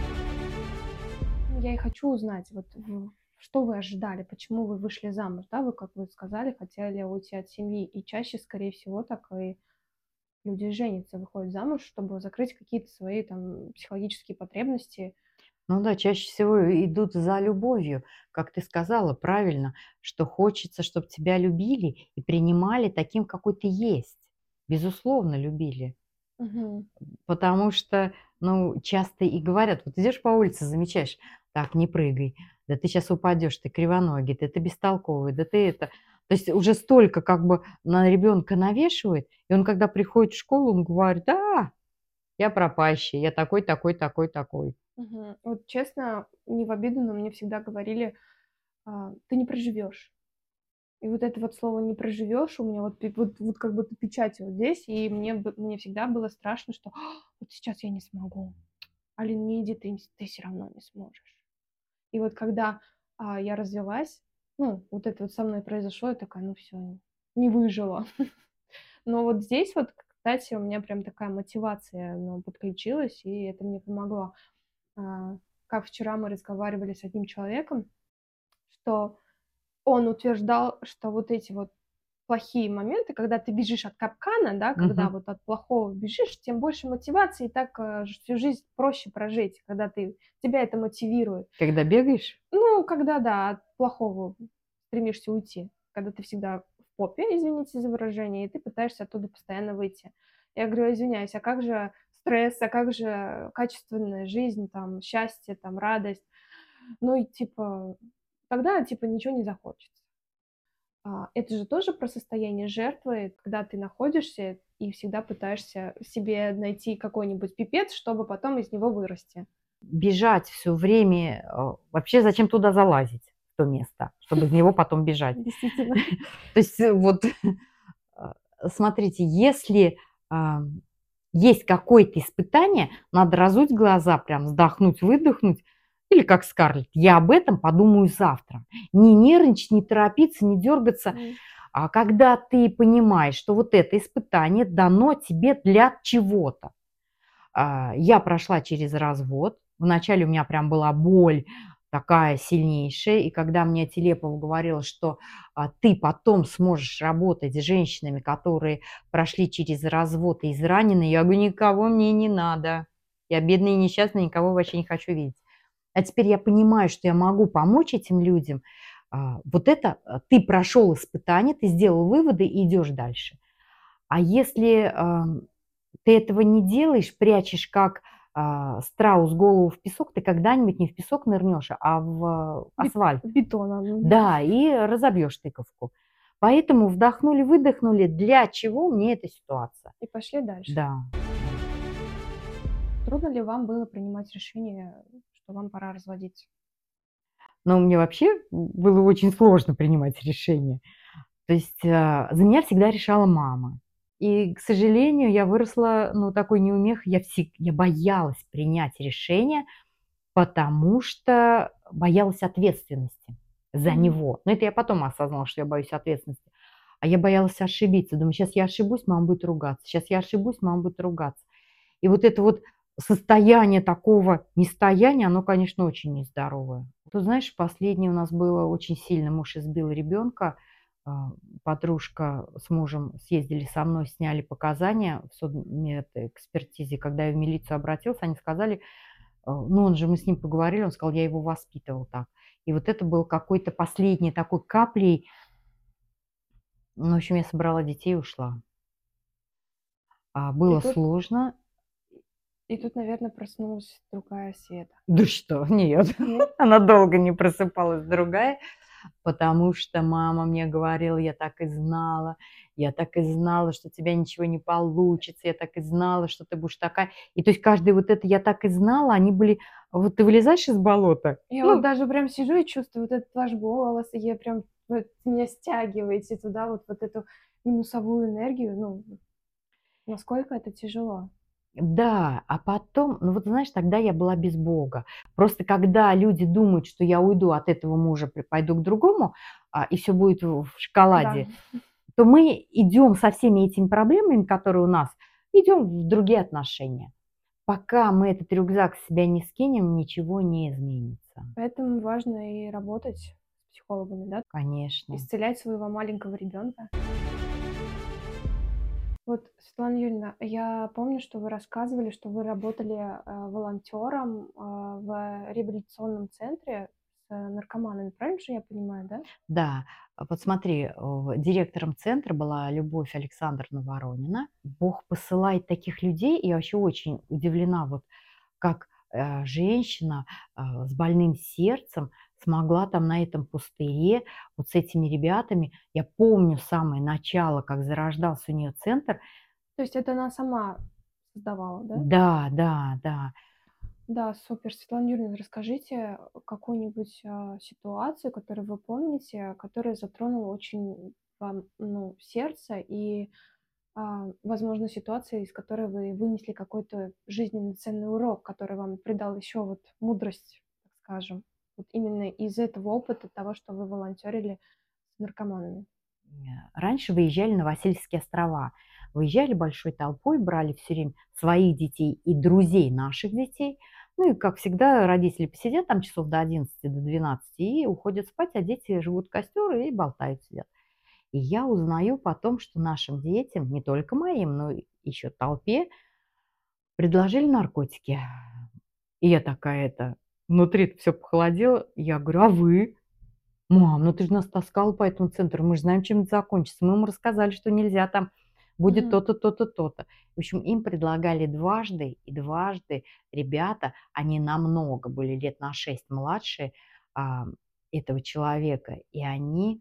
Speaker 1: Ну, я и хочу узнать, вот в что вы ожидали, почему вы вышли замуж, да? Вы, как вы сказали, хотели уйти от семьи, и чаще, скорее всего, так и люди женятся, выходят замуж, чтобы закрыть какие-то свои там психологические потребности.
Speaker 2: Ну да, чаще всего идут за любовью, как ты сказала правильно, что хочется, чтобы тебя любили и принимали таким, какой ты есть. Безусловно, любили.
Speaker 1: Мгм.
Speaker 2: Потому что, ну, часто и говорят, вот идешь по улице, замечаешь, так, не прыгай, да ты сейчас упадешь, ты кривоногий, да ты бестолковый, да ты это. То есть уже столько как бы на ребенка навешивает, и он, когда приходит в школу, он говорит, да, я пропащий, я такой, такой, такой, такой.
Speaker 1: Мгм. Вот честно, не в обиду, но мне всегда говорили: а, "Ты не проживешь". И вот это вот слово "не проживешь" у меня вот пи вот вот как будто печать вот здесь, и мне бы мне всегда было страшно, что вот сейчас я не смогу. Алин, не иди, ты ты всё равно не сможешь. И вот когда, а, я развелась, ну, вот это вот со мной произошло, я такая: "Ну всё, не выжила". Но вот здесь вот, кстати, у меня прям такая мотивация, ну, подключилась, и это мне помогло. А, как вчера мы разговаривали с одним человеком, что он утверждал, что вот эти вот плохие моменты, когда ты бежишь от капкана, да, когда
Speaker 2: Мгм.
Speaker 1: вот от плохого бежишь, тем больше мотивации, и так, э, ж всю жизнь проще прожить, когда ты тебя это мотивирует.
Speaker 2: Когда бегаешь?
Speaker 1: Ну, когда, да, от плохого стремишься уйти, когда ты всегда в попе, извините за выражение, и ты пытаешься оттуда постоянно выйти. Я говорю: "Извиняюсь, а как же стресс, а как же качественная жизнь, там, счастье, там, радость?" Ну и типа, тогда, типа, ничего не захочется. А, это же тоже про состояние жертвы, когда ты находишься и всегда пытаешься себе найти какой-нибудь пипец, чтобы потом из него вырасти.
Speaker 2: Бежать все время, э, вообще зачем туда залазить, в то место, чтобы из него потом бежать?
Speaker 1: Действительно.
Speaker 2: То есть, э, вот, а, смотрите, если, ам, есть какое-то испытание, надо разуть глаза, прям вздохнуть, выдохнуть, или как Скарлетт: "Я об этом подумаю завтра". Не нервничать, не торопиться, не дергаться.
Speaker 1: М.
Speaker 2: А когда ты понимаешь, что вот это испытание дано тебе для чего-то. А, я прошла через развод. Вначале у меня прям была боль такая сильнейшая. И когда мне Телепова говорила, что а, ты потом сможешь работать с женщинами, которые прошли через развод и изранены, я говорю, никого мне не надо. Я бедная и несчастная, никого вообще не хочу видеть. А теперь я понимаю, что я могу помочь этим людям. А, вот это а, ты прошел испытание, ты сделал выводы и идешь дальше. А если ам, ты этого не делаешь, прячешь как, а, страус голову в песок, ты когда-нибудь не в песок нырнешь, а в
Speaker 1: Бет
Speaker 2: асфальт.
Speaker 1: бетоном.
Speaker 2: Да, и разобьешь тыковку. Поэтому вдохнули, выдохнули. Для чего мне эта ситуация?
Speaker 1: И пошли дальше.
Speaker 2: Да, да.
Speaker 1: Трудно ли вам было принимать решение, что вам пора разводиться?
Speaker 2: Но мне вообще было очень сложно принимать решения. То есть, а, за меня всегда решала мама. И, к сожалению, я выросла, ну, такой неумехой. Я всег я боялась принять решение, потому что боялась ответственности за
Speaker 1: Мгм.
Speaker 2: него. Но это я потом осознала, что я боюсь ответственности. А я боялась ошибиться. Думаю, сейчас я ошибусь, мама будет ругаться. Сейчас я ошибусь, мама будет ругаться. И вот это вот состояние такого нестояния, оно, конечно, очень нездоровое. Ты знаешь, последнее у нас было очень сильно. Муж избил ребенка. А, Подружка с мужем съездили со мной, сняли показания в судмедэкспертизе. Когда я в милицию обратилась, они сказали, а, ну, он же, мы с ним поговорили, он сказал, я его воспитывал так. И вот это был какой-то последней такой каплей. Ну, в общем, я собрала детей и ушла. А,
Speaker 1: И
Speaker 2: Было
Speaker 1: тут
Speaker 2: сложно.
Speaker 1: и тут, наверное, проснулась другая Света.
Speaker 2: Да что, нет,
Speaker 1: Нет?
Speaker 2: она долго не просыпалась, другая, потому что мама мне говорила, я так и знала, я так и знала, что у тебя ничего не получится, я так и знала, что ты будешь такая. И то есть каждый вот это я так и знала, они были, вот ты вылезаешь из болота,
Speaker 1: Я вот
Speaker 2: ну,
Speaker 1: даже прям сижу и чувствую вот этот ваш голос, и я прям вот меня стягиваете туда, вот вот эту минусовую энергию. Ну, насколько это тяжело.
Speaker 2: Да, а потом, ну вот знаешь, тогда я была без Бога. Просто когда люди думают, что я уйду от этого мужа, п пойду к другому, а, и все будет в в
Speaker 1: Да.
Speaker 2: шоколаде, то мы идем со всеми этими проблемами, которые у нас, идем в другие отношения. Пока мы этот рюкзак с себя не скинем, ничего не изменится.
Speaker 1: Поэтому важно и работать с психологами, да,
Speaker 2: Конечно.
Speaker 1: исцелять своего маленького ребенка. Вот, Светлана Юрьевна, я помню, что вы рассказывали, что вы работали э, волонтером э, в реабилитационном центре с э, наркоманами. Правильно же я понимаю, да?
Speaker 2: Да, а вот смотри, в директором центра была Любовь Александровна Воронина. Бог посылает таких людей. Я вообще очень удивлена, вот как, э, женщина, а, с больным сердцем смогла там на этом пустыре вот с этими ребятами. Я помню самое начало, как зарождался у нее центр.
Speaker 1: То есть это она сама создавала, да?
Speaker 2: Да, да, да.
Speaker 1: Да, супер. Светлана Юрьевна, расскажите какую-нибудь а, ситуацию, которую вы помните, которая затронула очень вам, ну, сердце и, а, возможно, ситуация, из которой вы вынесли какой-то жизненно ценный урок, который вам придал еще вот мудрость, так скажем, вот именно из этого опыта того, что вы волонтерили с наркоманами.
Speaker 2: Э, раньше выезжали на Васильевские острова. Выезжали большой толпой, брали все время своих детей и друзей наших детей. Ну и, как всегда, родители посидят там часов до одиннадцати, до двенадцати и уходят спать, а дети живут костер и болтают, сидят. И я узнаю потом, что нашим детям, не только моим, но и еще толпе, предложили наркотики. И я такая это, внутри все похолодело. Я говорю: "А вы?" "Мам, ну ты же нас таскала по этому центру, мы же знаем, чем это закончится. Мы ему рассказали, что нельзя, там будет
Speaker 1: Мгм.
Speaker 2: то-то, то-то, то-то". В общем, им предлагали дважды, и дважды ребята, они намного были лет на шесть младше, а, этого человека, и они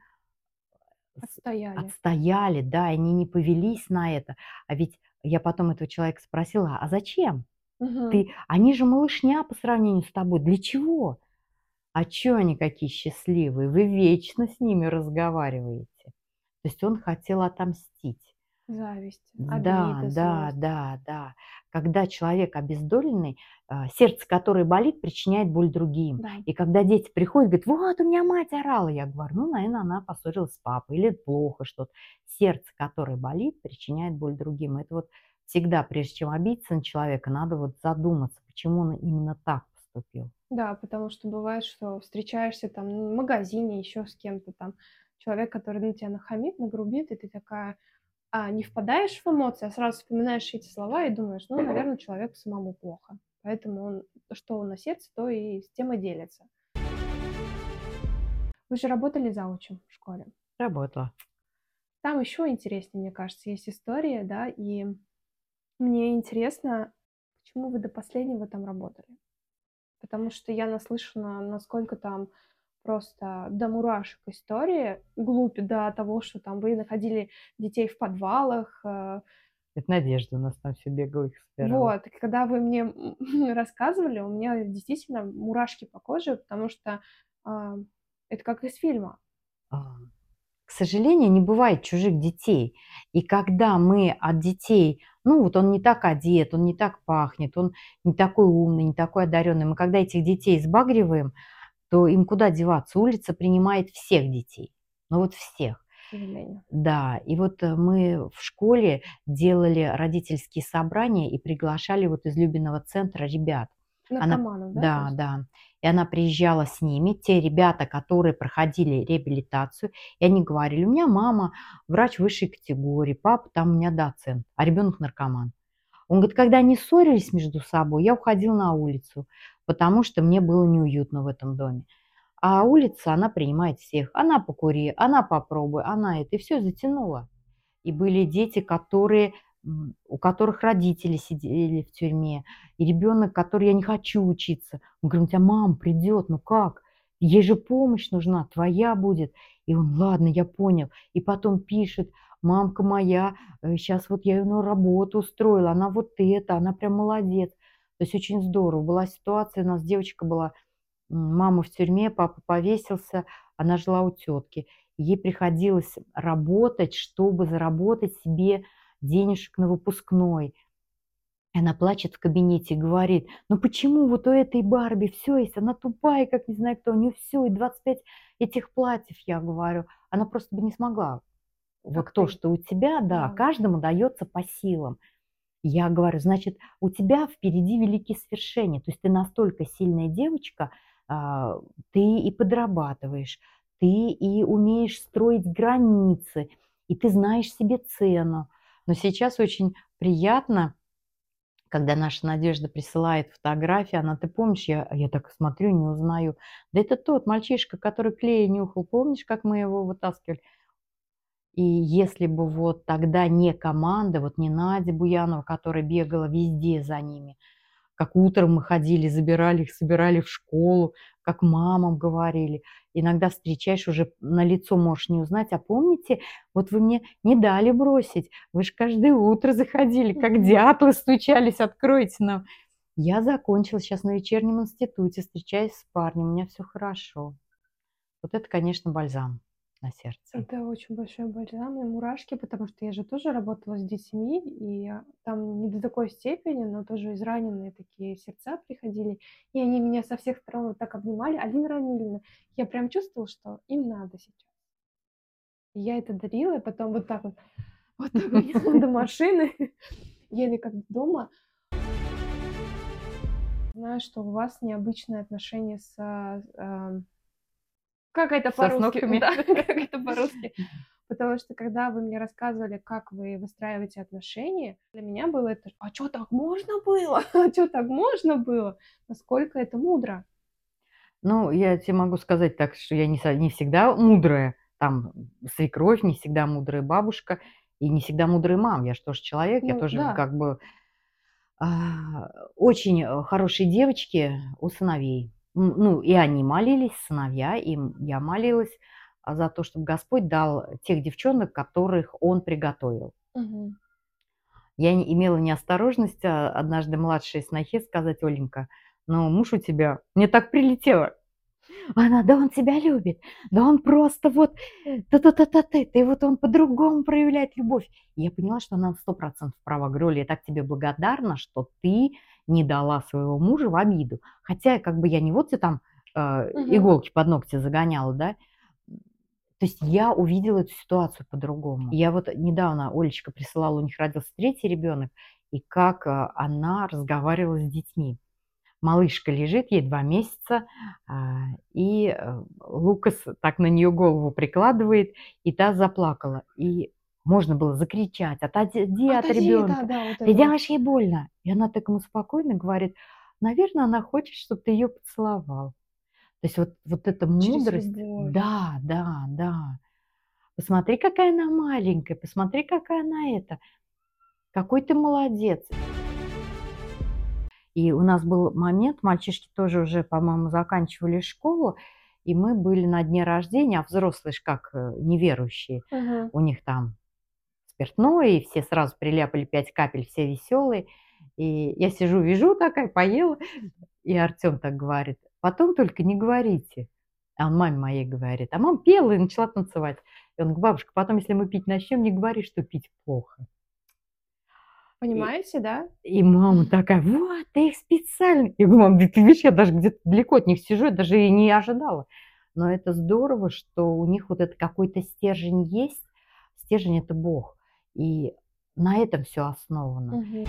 Speaker 2: с
Speaker 1: Отстояли.
Speaker 2: отстояли, да, они не повелись на это. А ведь я потом этого человека спросила: "А зачем?
Speaker 1: Мгм.
Speaker 2: Ты Они же малышня по сравнению с тобой. Для чего?" "А чё они какие счастливые? Вы вечно с ними разговариваете". То есть он хотел отомстить.
Speaker 1: Зависть,
Speaker 2: Да,
Speaker 1: обида,
Speaker 2: да,
Speaker 1: злость.
Speaker 2: да, да. Когда человек обездоленный, а, сердце которое болит, причиняет боль другим.
Speaker 1: Да.
Speaker 2: И когда дети приходят, говорят: "Вот у меня мать орала". Я говорю: "Ну, наверно, она поссорилась с папой или плохо что-то". Сердце, которое болит, причиняет боль другим. Это вот всегда, прежде чем обидеться на человека, надо вот задуматься, почему он именно так поступил.
Speaker 1: Да, потому что бывает, что встречаешься там в магазине, еще с кем-то там, человек, который на тебя нахамит, нагрубит, и ты такая, а, не впадаешь в эмоции, а сразу вспоминаешь эти слова и думаешь: "Ну, наверное, человеку самому плохо". Поэтому он что он на сердце, то и с тем и делится. Вы же работали заучем в школе.
Speaker 2: Работала.
Speaker 1: Там еще интереснее, мне кажется, есть история, да, и мне интересно, почему вы до последнего там работали? Потому что я наслышана, насколько там просто до мурашек истории, глупь до того, что там вы находили детей в подвалах. Э,
Speaker 2: Это Надежда у нас там все бегала, их собирала.
Speaker 1: вот, и когда вы мне, м, рассказывали, у меня действительно мурашки по коже, потому что, а, это как из фильма.
Speaker 2: А, к сожалению, не бывает чужих детей. И когда мы от детей, ну вот он не так одет, он не так пахнет, он не такой умный, не такой одаренный. Мы когда этих детей сбагриваем, то им куда деваться? Улица принимает всех детей. Ну вот всех.
Speaker 1: К сожалению.
Speaker 2: Да, и вот э, мы в школе делали родительские собрания и приглашали вот из Любиного центра ребят. Она,
Speaker 1: Наркоманов, да, то
Speaker 2: да,
Speaker 1: есть?
Speaker 2: да. И она приезжала с ними, те ребята, которые проходили реабилитацию, и они говорили: "У меня мама врач высшей категории, папа там у меня доцент, а ребенок наркоман". Он говорит: "Когда они ссорились между собой, я уходил на улицу, потому что мне было неуютно в этом доме". А улица, она принимает всех. Она покури, она попробуй, она это. И всё, затянуло. И были дети, которые, м, у которых родители сидели в тюрьме, и ребенок, который: "Я не хочу учиться". Мы говорим: "У тя мама придет, ну как? Ей же помощь нужна, твоя будет". И он: "Ладно, я понял". И потом пишет: "Мамка моя, сейчас вот я ее на работу устроила, она вот это, она прям молодец". То есть очень здорово. Была ситуация, у нас девочка была, м, мама в тюрьме, папа повесился, она жила у тетки. Ей приходилось работать, чтобы заработать себе денежек на выпускной. И она плачет в кабинете и говорит: "Ну почему вот у этой Барби все есть? Она тупая, как не знаю кто, у нее все и двадцать пять этих платьев". Я говорю: "Она просто бы не смогла. Вот
Speaker 1: Как
Speaker 2: то,
Speaker 1: ты.
Speaker 2: что у тебя, да,
Speaker 1: Да.
Speaker 2: каждому дается по силам". Я говорю: "Значит, у тебя впереди великие свершения". То есть ты настолько сильная девочка, а, ты и подрабатываешь, ты и умеешь строить границы, и ты знаешь себе цену. Но сейчас очень приятно, когда наша Надежда присылает фотографии, она: "Ты помнишь?" Я я так смотрю, не узнаю. Да это тот мальчишка, который клей нюхал. Помнишь, как мы его вытаскивали? И если бы вот тогда не команда, вот не Надя Буянова, которая бегала везде за ними, как утром мы ходили, забирали их, собирали в школу, как мамам говорили. Иногда встречаешь, уже на лицо можешь не узнать: "А помните, вот вы мне не дали бросить, вы ж каждое утро заходили, как
Speaker 1: Мгм.
Speaker 2: дятлы стучались, откройте нам". Я закончила сейчас на вечернем институте, встречаюсь с парнем, у меня все хорошо. Вот это, конечно, бальзам на сердце.
Speaker 1: Это очень большой бальзам и мурашки, потому что я же тоже работала с детьми, и, а, там не до такой степени, но тоже израненные такие сердца приходили, и они меня со всех сторон вот так обнимали. Алина Рамильевна, я прям чувствовала, что им надо сейчас. И я это дарила, и потом вот так вот, вот так гоняла до машины, еле как дома. Знаю, что у вас необычное отношение с, а, ам, как это
Speaker 2: Со
Speaker 1: по-русски?
Speaker 2: сновками.
Speaker 1: Да, как это по-русски? Потому что когда вы мне рассказывали, как вы выстраиваете отношения, для меня было это: "А чё, так можно было? А чё, так можно было?" Насколько это мудро.
Speaker 2: Ну, я тебе могу сказать так, что я не со не всегда мудрая, там, свекровь, не всегда мудрая бабушка и не всегда мудрая мама. Я же тоже человек, я
Speaker 1: Ну
Speaker 2: тоже
Speaker 1: да.
Speaker 2: как бы, а, очень, э, хорошие девочки у сыновей. М, ну, и они молились, сыновья, и м я молилась, а, за то, чтобы Господь дал тех девчонок, которых Он приготовил.
Speaker 1: Мгм.
Speaker 2: Я не имела неосторожность, а, однажды младшей снохе сказать: "Оленька, ну, муж у тебя". Мне так прилетело. Она: "Да он тебя любит, да он просто вот та-та-та-та-ты, и вот он по-другому проявляет любовь". И я поняла, что она на сто процентов права. Говорю: "Оля, я так тебе благодарна, что ты не дала своего мужа в обиду". Хотя как бы я не вот те там, э,
Speaker 1: Мгм.
Speaker 2: иголки под ногти загоняла, да. То есть я увидела эту ситуацию по-другому. Я вот недавно, Олечка присылала, у них родился третий ребенок, и как, а, она разговаривала с детьми. Малышка лежит, ей два месяца, а, и, э, Лукас так на нее голову прикладывает, и та заплакала. И можно было закричать: "Отойди от
Speaker 1: Отойди,
Speaker 2: ребенка,
Speaker 1: да-да, вот
Speaker 2: ты
Speaker 1: это вот.
Speaker 2: делаешь ей больно". И она так ему спокойно говорит: "Наверно, она хочет, чтобы ты ее поцеловал". То есть вот вот эта
Speaker 1: Через
Speaker 2: мудрость.
Speaker 1: любовь.
Speaker 2: Да, да, да. Посмотри, какая она маленькая, посмотри, какая она это, какой ты молодец. И у нас был момент, мальчишки тоже уже, по-моему, заканчивали школу, и мы были на дне рождения, а взрослые ж как, э, неверующие,
Speaker 1: Мгм.
Speaker 2: у них там спиртное, и все сразу приляпали пять капель, все веселые. И я сижу, вижу такая, поела, и Артем так говорит: "Потом только не говорите". А он маме моей говорит, а мама пела и начала танцевать. И он говорит: "Бабушка, потом, если мы пить начнем, не говори, что пить плохо". И
Speaker 1: Понимаете, да?
Speaker 2: и мама такая: "Вот, ты их специально". Я говорю: "Мам, да ты видишь, я даже где-то далеко от них сижу, я даже и не ожидала". Но это здорово, что у них вот этот какой-то стержень есть. Стержень — это Бог. И на этом все основано.
Speaker 1: Мгм.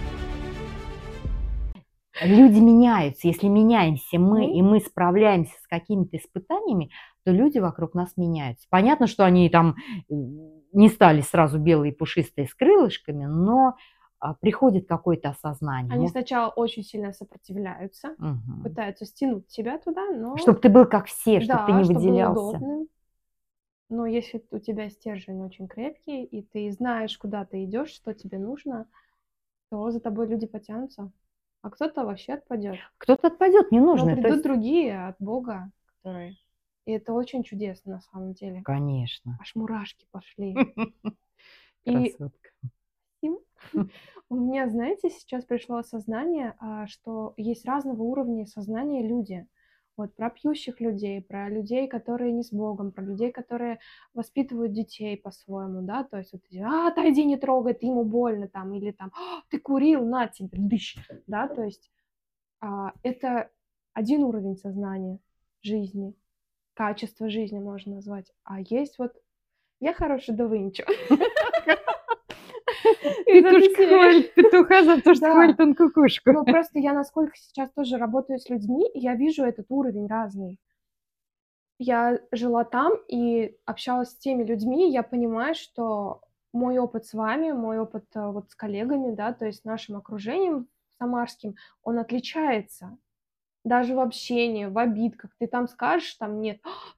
Speaker 2: Люди меняются. Если меняемся мы,
Speaker 1: Мгм.
Speaker 2: и мы справляемся с какими-то испытаниями, то люди вокруг нас меняются. Понятно, что они там, м, не стали сразу белые, пушистые, с крылышками, но, а, приходит какое-то осознание.
Speaker 1: Они
Speaker 2: Мо
Speaker 1: сначала очень сильно сопротивляются,
Speaker 2: Мгм.
Speaker 1: пытаются стянуть тебя туда, но
Speaker 2: Чтоб ты был как все, чтоб ты
Speaker 1: да,
Speaker 2: не
Speaker 1: чтобы было
Speaker 2: выделялся.
Speaker 1: удобным. Но если у тебя стержень очень крепкий, и ты знаешь, куда ты идешь, что тебе нужно, то за тобой люди потянутся, а кто-то вообще отпадет.
Speaker 2: Кто-то отпадет
Speaker 1: Но
Speaker 2: ненужный, то
Speaker 1: придут
Speaker 2: есть.
Speaker 1: другие от Бога, которые... И это очень чудесно на самом деле.
Speaker 2: Конечно.
Speaker 1: Аж мурашки пошли. И
Speaker 2: Красотка.
Speaker 1: им у меня, знаете, сейчас пришло осознание, а, что есть разного уровня сознания люди. Вот, про пьющих людей, про людей, которые не с Богом, про людей, которые воспитывают детей по-своему, да, то есть вот, а, отойди, не трогай, ты ему больно там, или там, «А, ты курил, на тебе, дыщ, да, то есть а, это один уровень сознания жизни, качество жизни можно назвать, а есть вот я хороший, да вы ничего. Из этой
Speaker 2: Петушка
Speaker 1: серии.
Speaker 2: хвалит петуха за то, что
Speaker 1: Да.
Speaker 2: хвалит он кукушку.
Speaker 1: Ну, просто я насколько сейчас тоже работаю с людьми, и я вижу этот уровень разный. Я жила там и общалась с теми людьми, и я понимаю, что мой опыт с вами, мой опыт, э, вот с коллегами, да, то есть нашим окружением самарским, он отличается. Даже в общении, в обидках. Ты там скажешь, там нет.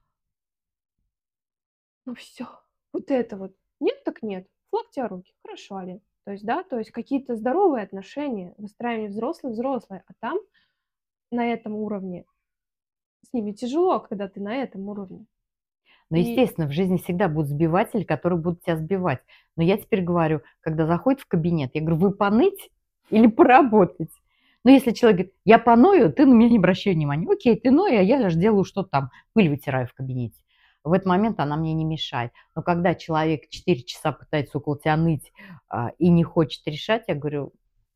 Speaker 1: Ну всё, вот это вот. Нет так нет. Флаг те руки. Хорошо, Алин. То есть, да, то есть какие-то здоровые отношения, выстраивание взрослый-взрослый, а там на этом уровне с ними тяжело, когда ты на этом уровне.
Speaker 2: Ну,
Speaker 1: И
Speaker 2: естественно, в жизни всегда будут сбиватели, которые будут тебя сбивать. Но я теперь говорю, когда заходит в кабинет, я говорю: вы поныть или поработать? Ну, если человек говорит: я поною, ты на меня не обращай внимания. Окей, ты ной, а я же делаю что-то там, пыль вытираю в кабинете. В этот момент она мне не мешает. Но когда человек четыре часа пытается около тебя ныть а, и не хочет решать, я говорю: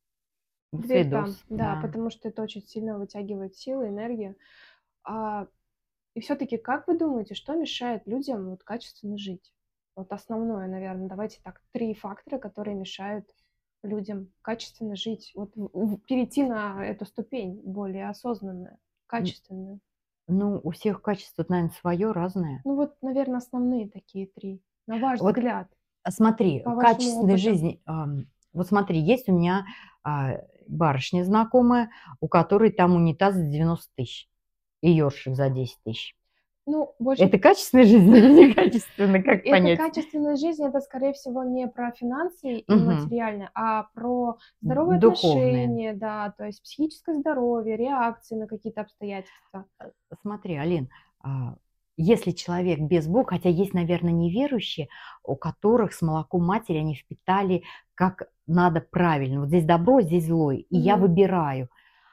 Speaker 2: до
Speaker 1: дверь там,
Speaker 2: свидос.
Speaker 1: да,
Speaker 2: Да.
Speaker 1: потому что это очень сильно вытягивает силы, энергию. А, и всё-таки, как вы думаете, что мешает людям вот качественно жить? Вот основное, наверно, давайте так, три фактора, которые мешают людям качественно жить, вот в в перейти на эту ступень более осознанную,
Speaker 2: Н
Speaker 1: качественную.
Speaker 2: ну, у всех качество, наверно, свое, разное.
Speaker 1: Ну вот, наверно, основные такие три, на ваш
Speaker 2: Вот,
Speaker 1: взгляд,
Speaker 2: а, смотри,
Speaker 1: по вашему
Speaker 2: качественной
Speaker 1: опыту.
Speaker 2: жизни, ам, вот смотри, есть у меня, а, барышня знакомая, у которой там унитаз за девяносто тысяч и ёршик за десять тысяч.
Speaker 1: Ну, больше
Speaker 2: Это качественная жизнь или некачественная, как
Speaker 1: это
Speaker 2: понять?
Speaker 1: качественная жизнь, это, скорее всего, не про финансы и
Speaker 2: Мгм.
Speaker 1: материальное, а про здоровые
Speaker 2: Д духовное.
Speaker 1: отношения, да, то есть психическое здоровье, реакции на какие-то обстоятельства.
Speaker 2: Э, смотри, Алин, а, если человек без Бога, хотя есть, наверно, неверующие, у которых с молоком матери они впитали, как надо правильно. Вот здесь добро, здесь зло, и я
Speaker 1: Мгм.
Speaker 2: выбираю.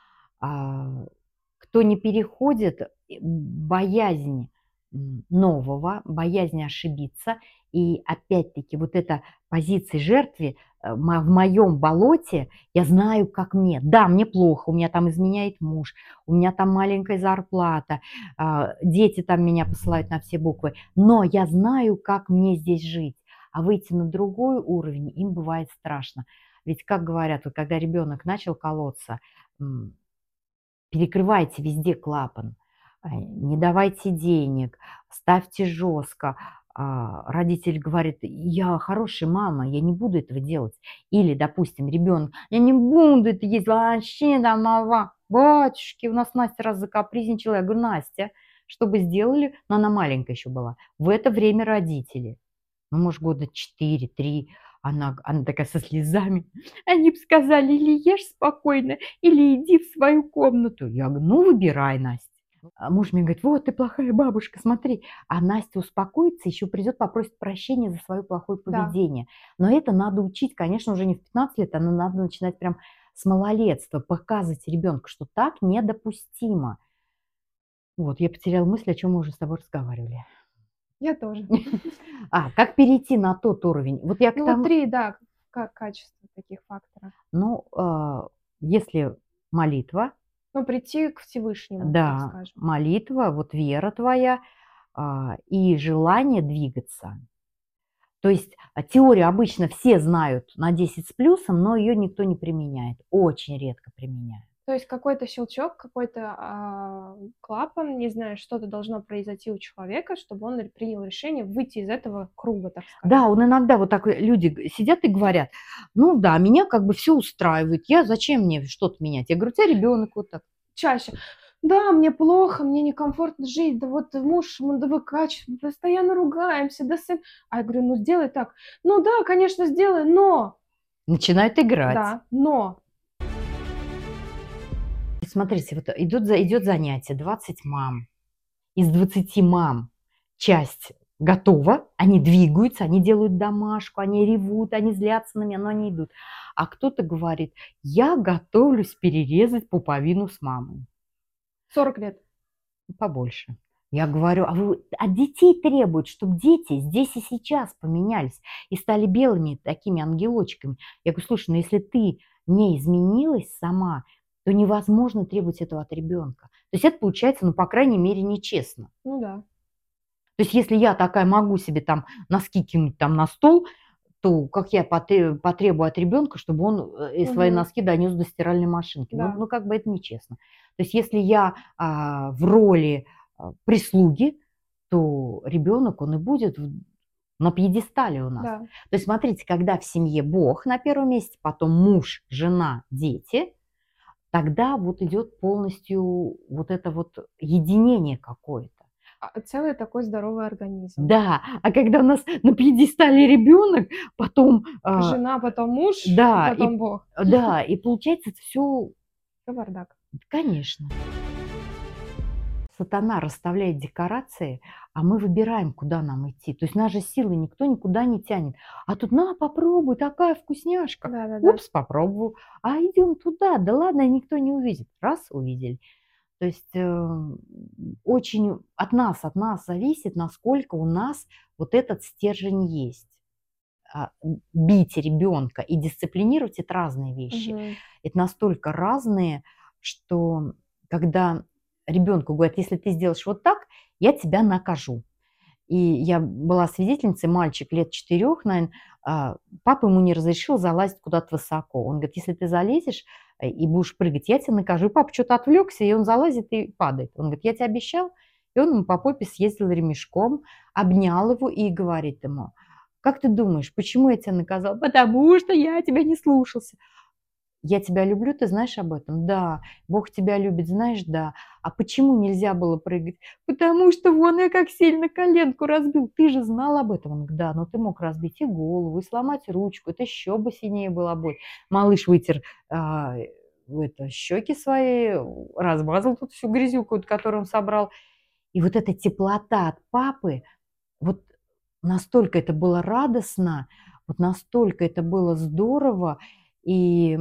Speaker 2: А, кто не переходит, э, боязнь, м, нового, боязнь ошибиться. И опять-таки вот эта позиция жертвы, э, мо в моем болоте, я знаю, как мне. Да, мне плохо, у меня там изменяет муж, у меня там маленькая зарплата, а, дети там меня посылают на все буквы, но я знаю, как мне здесь жить. А выйти на другой уровень им бывает страшно. Ведь, как говорят, вот когда ребенок начал колоться, м, перекрывайте везде клапан, а, не давайте денег, ставьте жестко. А, родитель говорит: я хорошая мама, я не буду этого делать. Или, допустим, ребенок: я не буду это есть, вообще там, ава. Батюшки, у нас Настя раз закапризничала. Я говорю: Настя, что бы сделали? Но она маленькая еще была. В это время родители, ну, может, года четыре три, она она такая со слезами: они б сказали, или ешь спокойно, или иди в свою комнату. Я говорю: ну, выбирай, Настя. А муж мне говорит: вот ты плохая бабушка, смотри. А Настя успокоится, еще придет, попросит прощения за свое плохое
Speaker 1: Да.
Speaker 2: поведение. Но это надо учить, конечно, уже не в пятнадцать лет, а надо начинать прям с малолетства, показывать ребенку, что так недопустимо. Вот, я потеряла мысль, о чем мы уже с тобой разговаривали.
Speaker 1: Я тоже.
Speaker 2: А, как перейти на тот уровень? Вот я к
Speaker 1: Ну вот
Speaker 2: тому
Speaker 1: три, да, ка качества таких фактора.
Speaker 2: Ну, а, если молитва,
Speaker 1: Ну, прийти к Всевышнему, так
Speaker 2: да,
Speaker 1: скажем.
Speaker 2: молитва, вот вера твоя, а, и желание двигаться. То есть, а, теорию обычно все знают на десять с плюсом, но ее никто не применяет, очень редко применяют.
Speaker 1: То есть какой-то щелчок, какой-то, а, клапан, не знаю, что-то должно произойти у человека, чтобы он р принял решение выйти из этого круга, так
Speaker 2: Да,
Speaker 1: скажем.
Speaker 2: он иногда вот так, э, люди г сидят и говорят: ну да, меня как бы все устраивает, я зачем мне что-то менять? Я говорю: у тебя ребенок вот так.
Speaker 1: Чаще: "Да, мне плохо, мне некомфортно жить, да вот муж мудовыкач, постоянно ругаемся, да сын". А я говорю: "Ну, сделай так". "Ну да, конечно, сделаю, но".
Speaker 2: Начинают играть.
Speaker 1: Да, но.
Speaker 2: Смотрите, вот идут за идет занятие, двадцать мам. Из двадцати мам часть готова, они двигаются, они делают домашку, они ревут, они злятся на меня, но они идут. А кто-то говорит: я готовлюсь перерезать пуповину с мамой.
Speaker 1: сорок лет.
Speaker 2: Побольше. Я говорю, а вы от детей требуют, чтобы дети здесь и сейчас поменялись и стали белыми такими ангелочками. Я говорю, слушай, ну если ты не изменилась сама, то невозможно требовать этого от ребенка. То есть это получается, ну, по крайней мере, нечестно.
Speaker 1: Ну да.
Speaker 2: То есть если я такая могу себе там носки кинуть там на стол, то как я потре- потребую от ребенка, чтобы он э, и свои
Speaker 1: Мгм.
Speaker 2: носки донес до стиральной машинки? Ну,
Speaker 1: Да.
Speaker 2: ну как бы это нечестно. То есть если я а, в роли а, прислуги, то ребенок, он и будет в- на пьедестале у нас.
Speaker 1: Да.
Speaker 2: То есть смотрите, когда в семье Бог на первом месте, потом муж, жена, дети, тогда вот идет полностью вот это вот единение какое-то.
Speaker 1: А, целый такой здоровый организм.
Speaker 2: Да, а когда у нас на пьедестале ребенок, потом, а,
Speaker 1: Жена, потом муж и
Speaker 2: да, и
Speaker 1: потом Бог.
Speaker 2: да, и получается это всё,
Speaker 1: Кавардак.
Speaker 2: конечно. Сатана расставляет декорации, а мы выбираем, куда нам идти. То есть нас же силой никто никуда не тянет. А тут: "На, попробуй, такая вкусняшка".
Speaker 1: Да-да-да.
Speaker 2: Упс, попробовал. А идем туда, да ладно, никто не увидит. Раз- увидели. То есть, э, очень от нас от нас зависит, насколько у нас вот этот стержень есть. А, м, бить ребенка и дисциплинировать- это разные вещи.
Speaker 1: Мгм.
Speaker 2: Это настолько разные, что когда ребенку говорят: "Если ты сделаешь вот так, я тебя накажу". И я была свидетельницей, мальчик лет четырех, наверно, а, папа ему не разрешил залазить куда-то высоко. Он говорит: "Если ты залезешь, э, и будешь прыгать, я тебя накажу". И папа чё-то отвлекся, и он залазит и падает. Он говорит: "Я те обещал". И он ему по попе съездил ремешком, обнял его и говорит ему: "Как ты думаешь, почему я тебя наказал?" "Потому что я тебя не слушался". "Я тебя люблю, ты знаешь об этом?" "Да". "Бог тебя любит, знаешь?" "Да". "А почему нельзя было прыгать?" "Потому что вон я как сильно коленку разбил". "Ты же знал об этом?" Он говорит: "Да, но ты мог разбить и голову, и сломать ручку, это еще бы сильнее была боль". Малыш вытер, а, это, щеки свои, размазал тут всю грязюку, вот которую он собрал. И вот эта теплота от папы, вот настолько это было радостно, вот настолько это было здорово. И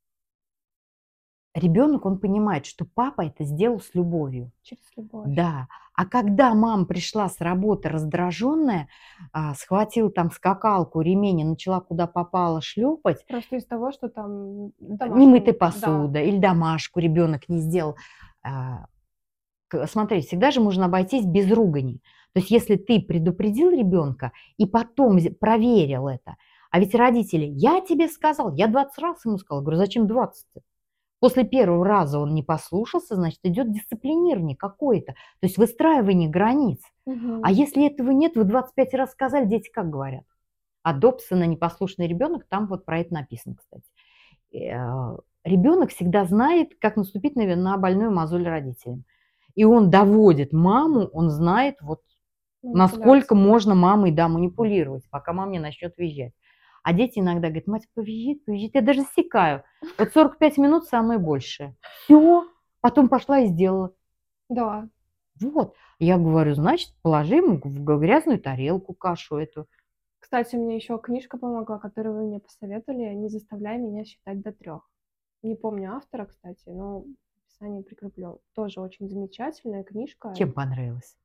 Speaker 2: ребенок, он понимает, что папа это сделал с любовью.
Speaker 1: Через любовь.
Speaker 2: Да. А когда мама пришла с работы раздраженная, а, схватила там скакалку, ремень и начала куда попало шлепать,
Speaker 1: Просто из того, что там
Speaker 2: немытая
Speaker 1: домашним. Да.
Speaker 2: посуда или домашку ребенок не сделал. А, к смотри, всегда же можно обойтись без ругани. То есть если ты предупредил ребенка и потом зе проверил это. А ведь родители: "Я тебе сказал". Я двадцать раз ему сказала. Говорю: "Зачем двадцать-то?" После первого раза он не послушался, значит, идет дисциплинирование какое-то, то есть выстраивание границ. А
Speaker 1: Мгм.
Speaker 2: если этого нет, вы двадцать пять раз сказали, дети как говорят? А Добсона "Непослушный ребенок", там вот про это написано, кстати. И, а, ребенок всегда знает, как наступить на на больную мозоль родителям. И он доводит маму, он знает, вот насколько
Speaker 1: Манипуляции.
Speaker 2: можно мамой, да, манипулировать, пока мама не начнет визжать. А дети иногда говорят: "Мать повизжит, повизжит". Я даже засекаю. Вот сорок пять минут самое большее. Всё, потом пошла и сделала.
Speaker 1: Да.
Speaker 2: Вот. Я говорю: "Значит, положи ему в г грязную тарелку кашу эту".
Speaker 1: Кстати, мне еще книжка помогла, которую вы мне посоветовали "Не заставляй меня считать до трех". Не помню автора, кстати, но в описании прикреплю. Тоже очень замечательная книжка.
Speaker 2: Чем понравилось?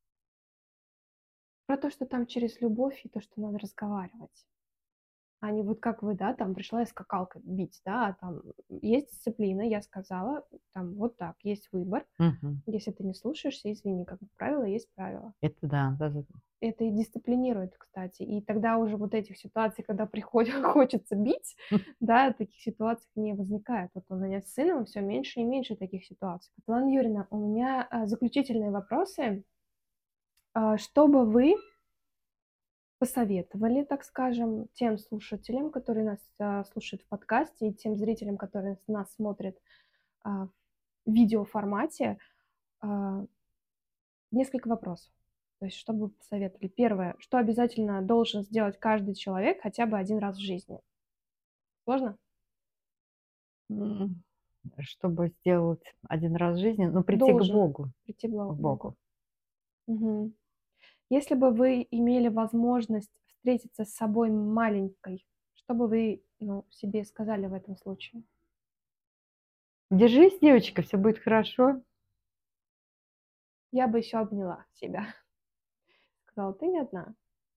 Speaker 1: Про то, что там через любовь и то, что надо разговаривать. А не вот как вы, да, там пришла и скакалкой бить, да, а там есть дисциплина, я сказала, там вот так, есть выбор.
Speaker 2: Мгм.
Speaker 1: Если ты не слушаешься, извини, как бы правило есть правило.
Speaker 2: Это да, да-да-да.
Speaker 1: Это и дисциплинирует, кстати. И тогда уже вот этих ситуаций, когда приходит хочется бить, да, таких ситуаций не возникает. Вот у меня с сыном все меньше и меньше таких ситуаций. Светлана Юрьевна, у меня, а, заключительные вопросы. А, что бы вы посоветовали, так скажем, тем слушателям, которые нас, а, слушают в подкасте, и тем зрителям, которые с нас смотрят, а, в видеоформате? А, Несколько вопросов. То есть что бы вы посоветовали? Первое. Что обязательно должен сделать каждый человек хотя бы один раз в жизни? Сложно?
Speaker 2: М, чтобы сделать один раз в жизни, ну, прийти к
Speaker 1: Должен
Speaker 2: Богу,
Speaker 1: прийти бла
Speaker 2: к
Speaker 1: к Богу.
Speaker 2: Богу.
Speaker 1: Мгм. Если бы вы имели возможность встретиться с собой маленькой, что бы вы, ну, себе сказали в этом случае?
Speaker 2: Держись, девочка, все будет хорошо.
Speaker 1: я бы еще обняла себя. Сказала: "Ты не одна".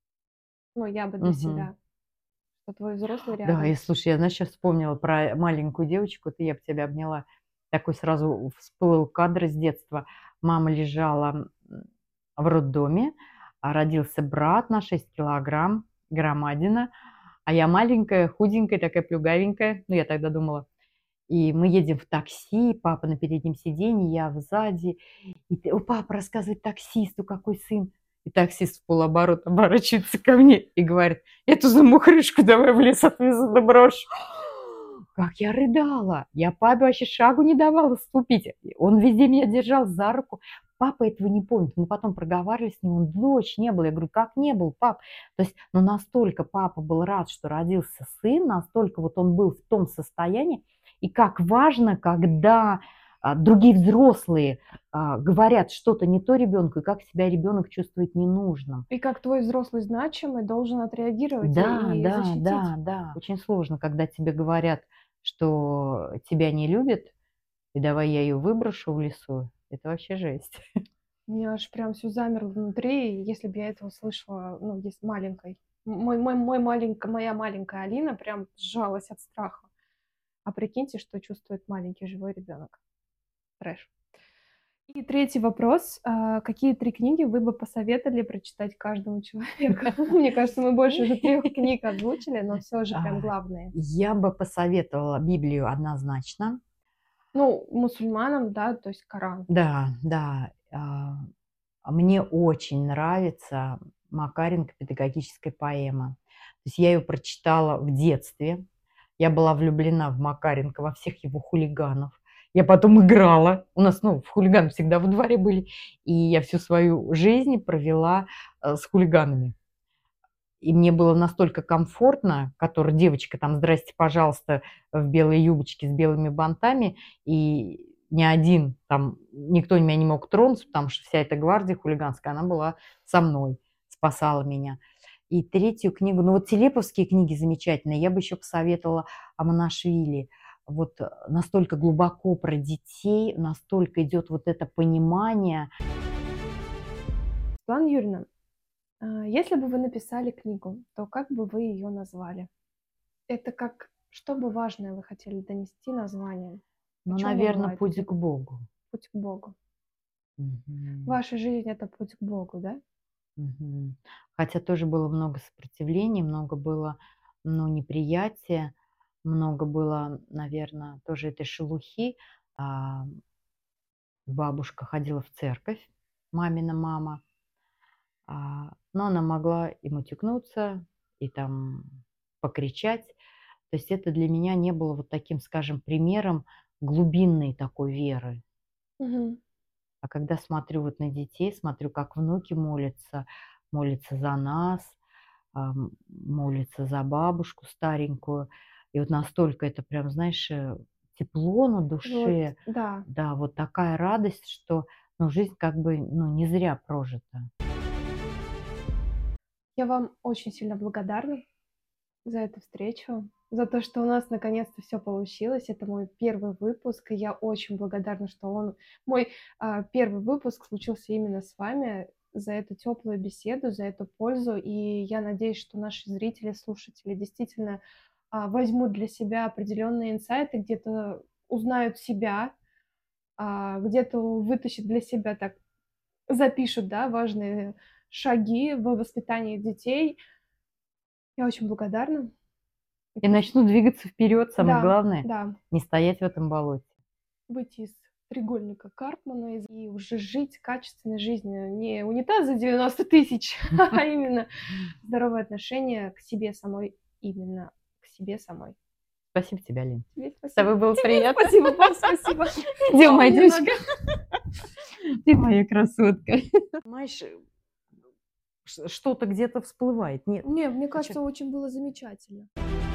Speaker 1: Ну, я бы для
Speaker 2: Мгм.
Speaker 1: себя, что твой взрослый
Speaker 2: Да, и
Speaker 1: рядом.
Speaker 2: слушай, я, знаешь, щас вспомнила про маленькую девочку, ты я б тебя обняла. Такой сразу всплыл кадр из детства. Мама лежала, м, в роддоме, а родился брат на шесть килограмм, громадина, а я маленькая, худенькая, такая плюгавенькая, ну, я тогда думала. И мы едем в такси, папа на переднем сиденье, я сзади. И т о, папа рассказывает таксисту, какой сын. И таксист вполоборота оборачивается ко мне и говорит: "Эту замухрышку давай в лес отвезу да брошу". Как я рыдала! Я папе вообще шагу не давала ступить. Он везде меня держал за руку. Папа этого не помнит. Мы потом проговаривали с ним, он: "Дочь, не было". Я говорю: "Как не был, пап?" То есть, ну, настолько папа был рад, что родился сын, настолько вот он был в том состоянии. И как важно, когда, а, другие взрослые, а, говорят что-то не то ребенку, и как себя ребенок чувствует ненужным.
Speaker 1: И как твой взрослый значимый должен отреагировать
Speaker 2: Да,
Speaker 1: и и
Speaker 2: да,
Speaker 1: защитить.
Speaker 2: да, да. Очень сложно, когда тебе говорят, что тебя не любят, и давай я ее выброшу в лесу. Это вообще жесть.
Speaker 1: У меня аж прям всё замерло внутри, если б я это услышала, ну, есть маленькой. М мой мой мой маленька моя маленькая Алина прям сжалась от страха. А прикиньте, что чувствует маленький живой ребенок. Трэш. И третий вопрос. А, какие три книги вы бы посоветовали прочитать каждому человеку? Мне кажется, мы больше уже трех книг озвучили, но всё же прям
Speaker 2: А,
Speaker 1: главные.
Speaker 2: я бы посоветовала Библию однозначно.
Speaker 1: Ну, мусульманам, да, то есть Коран.
Speaker 2: Да, да. А, мне очень нравится Макаренко "Педагогическая поэма". То есть я ее прочитала в детстве. Я была влюблена в Макаренко, во всех его хулиганов. Я потом играла. У нас, ну, хулиганы всегда во дворе были. И я всю свою жизнь провела, э, с хулиганами. И мне было настолько комфортно, которая девочка там, здрасте, пожалуйста, в белой юбочке с белыми бантами, и ни один там, никто меня не мог тронуть, потому что вся эта гвардия хулиганская, она была со мной, спасала меня. И третью книгу, ну, вот телеповские книги замечательные, я бы еще посоветовала Амонашвили. Вот настолько глубоко про детей, настолько идет вот это понимание.
Speaker 1: Светлана Юрьевна, а, если бы вы написали книгу, то как бы вы ее назвали? Это как что бы важное вы хотели донести названием? О
Speaker 2: Ну,
Speaker 1: чём
Speaker 2: наверно,
Speaker 1: была эта
Speaker 2: "Путь к
Speaker 1: книга?
Speaker 2: Богу".
Speaker 1: Путь к Богу.
Speaker 2: Мгм.
Speaker 1: Ваша жизнь- это путь к Богу, да?
Speaker 2: Мгм. Хотя тоже было много сопротивлений, много было, ну, неприятия, много было, наверно, тоже этой шелухи. А бабушка ходила в церковь, мамина мама. А, но она могла и матюкнуться, и там покричать. То есть это для меня не было вот таким, скажем, примером глубинной такой веры.
Speaker 1: Мгм.
Speaker 2: А когда смотрю вот на детей, смотрю, как внуки молятся, молятся за нас, ам, молятся за бабушку старенькую. И вот настолько это прям, знаешь, э, тепло на
Speaker 1: Вот,
Speaker 2: душе.
Speaker 1: да.
Speaker 2: Да, вот такая радость, что, ну, жизнь как бы, ну, не зря прожита.
Speaker 1: Я вам очень сильно благодарна за эту встречу, за то, что у нас наконец-то всё получилось. Это мой первый выпуск, и я очень благодарна, что он мой, а, первый выпуск случился именно с вами, за эту тёплую беседу, за эту пользу. И я надеюсь, что наши зрители, слушатели действительно, а, возьмут для себя определённые инсайты, где-то узнают себя, а, где-то вытащат для себя, так запишут, да, важные шаги во воспитании детей. Я очень благодарна. И
Speaker 2: И
Speaker 1: пусть
Speaker 2: начнут двигаться вперед, самое
Speaker 1: Да,
Speaker 2: главное-
Speaker 1: да.
Speaker 2: не стоять в этом болоте.
Speaker 1: Выйти из треугольника Карпмана из и уже жить качественной жизнью. Не унитаз за девяносто тысяч, а именно здоровое отношение к себе самой, именно к себе самой.
Speaker 2: Спасибо тебе, Алин.
Speaker 1: Тебе
Speaker 2: С
Speaker 1: спасибо.
Speaker 2: тобой было
Speaker 1: Тебе
Speaker 2: приятно.
Speaker 1: спасибо, вам спасибо.
Speaker 2: Идём,
Speaker 1: Упала
Speaker 2: моя
Speaker 1: немного.
Speaker 2: девочка. Ты моя красотка. Понимаешь, э, ш что-то где-то всплывает. Нет,
Speaker 1: Не, мне
Speaker 2: о чём
Speaker 1: кажется, очень было замечательно.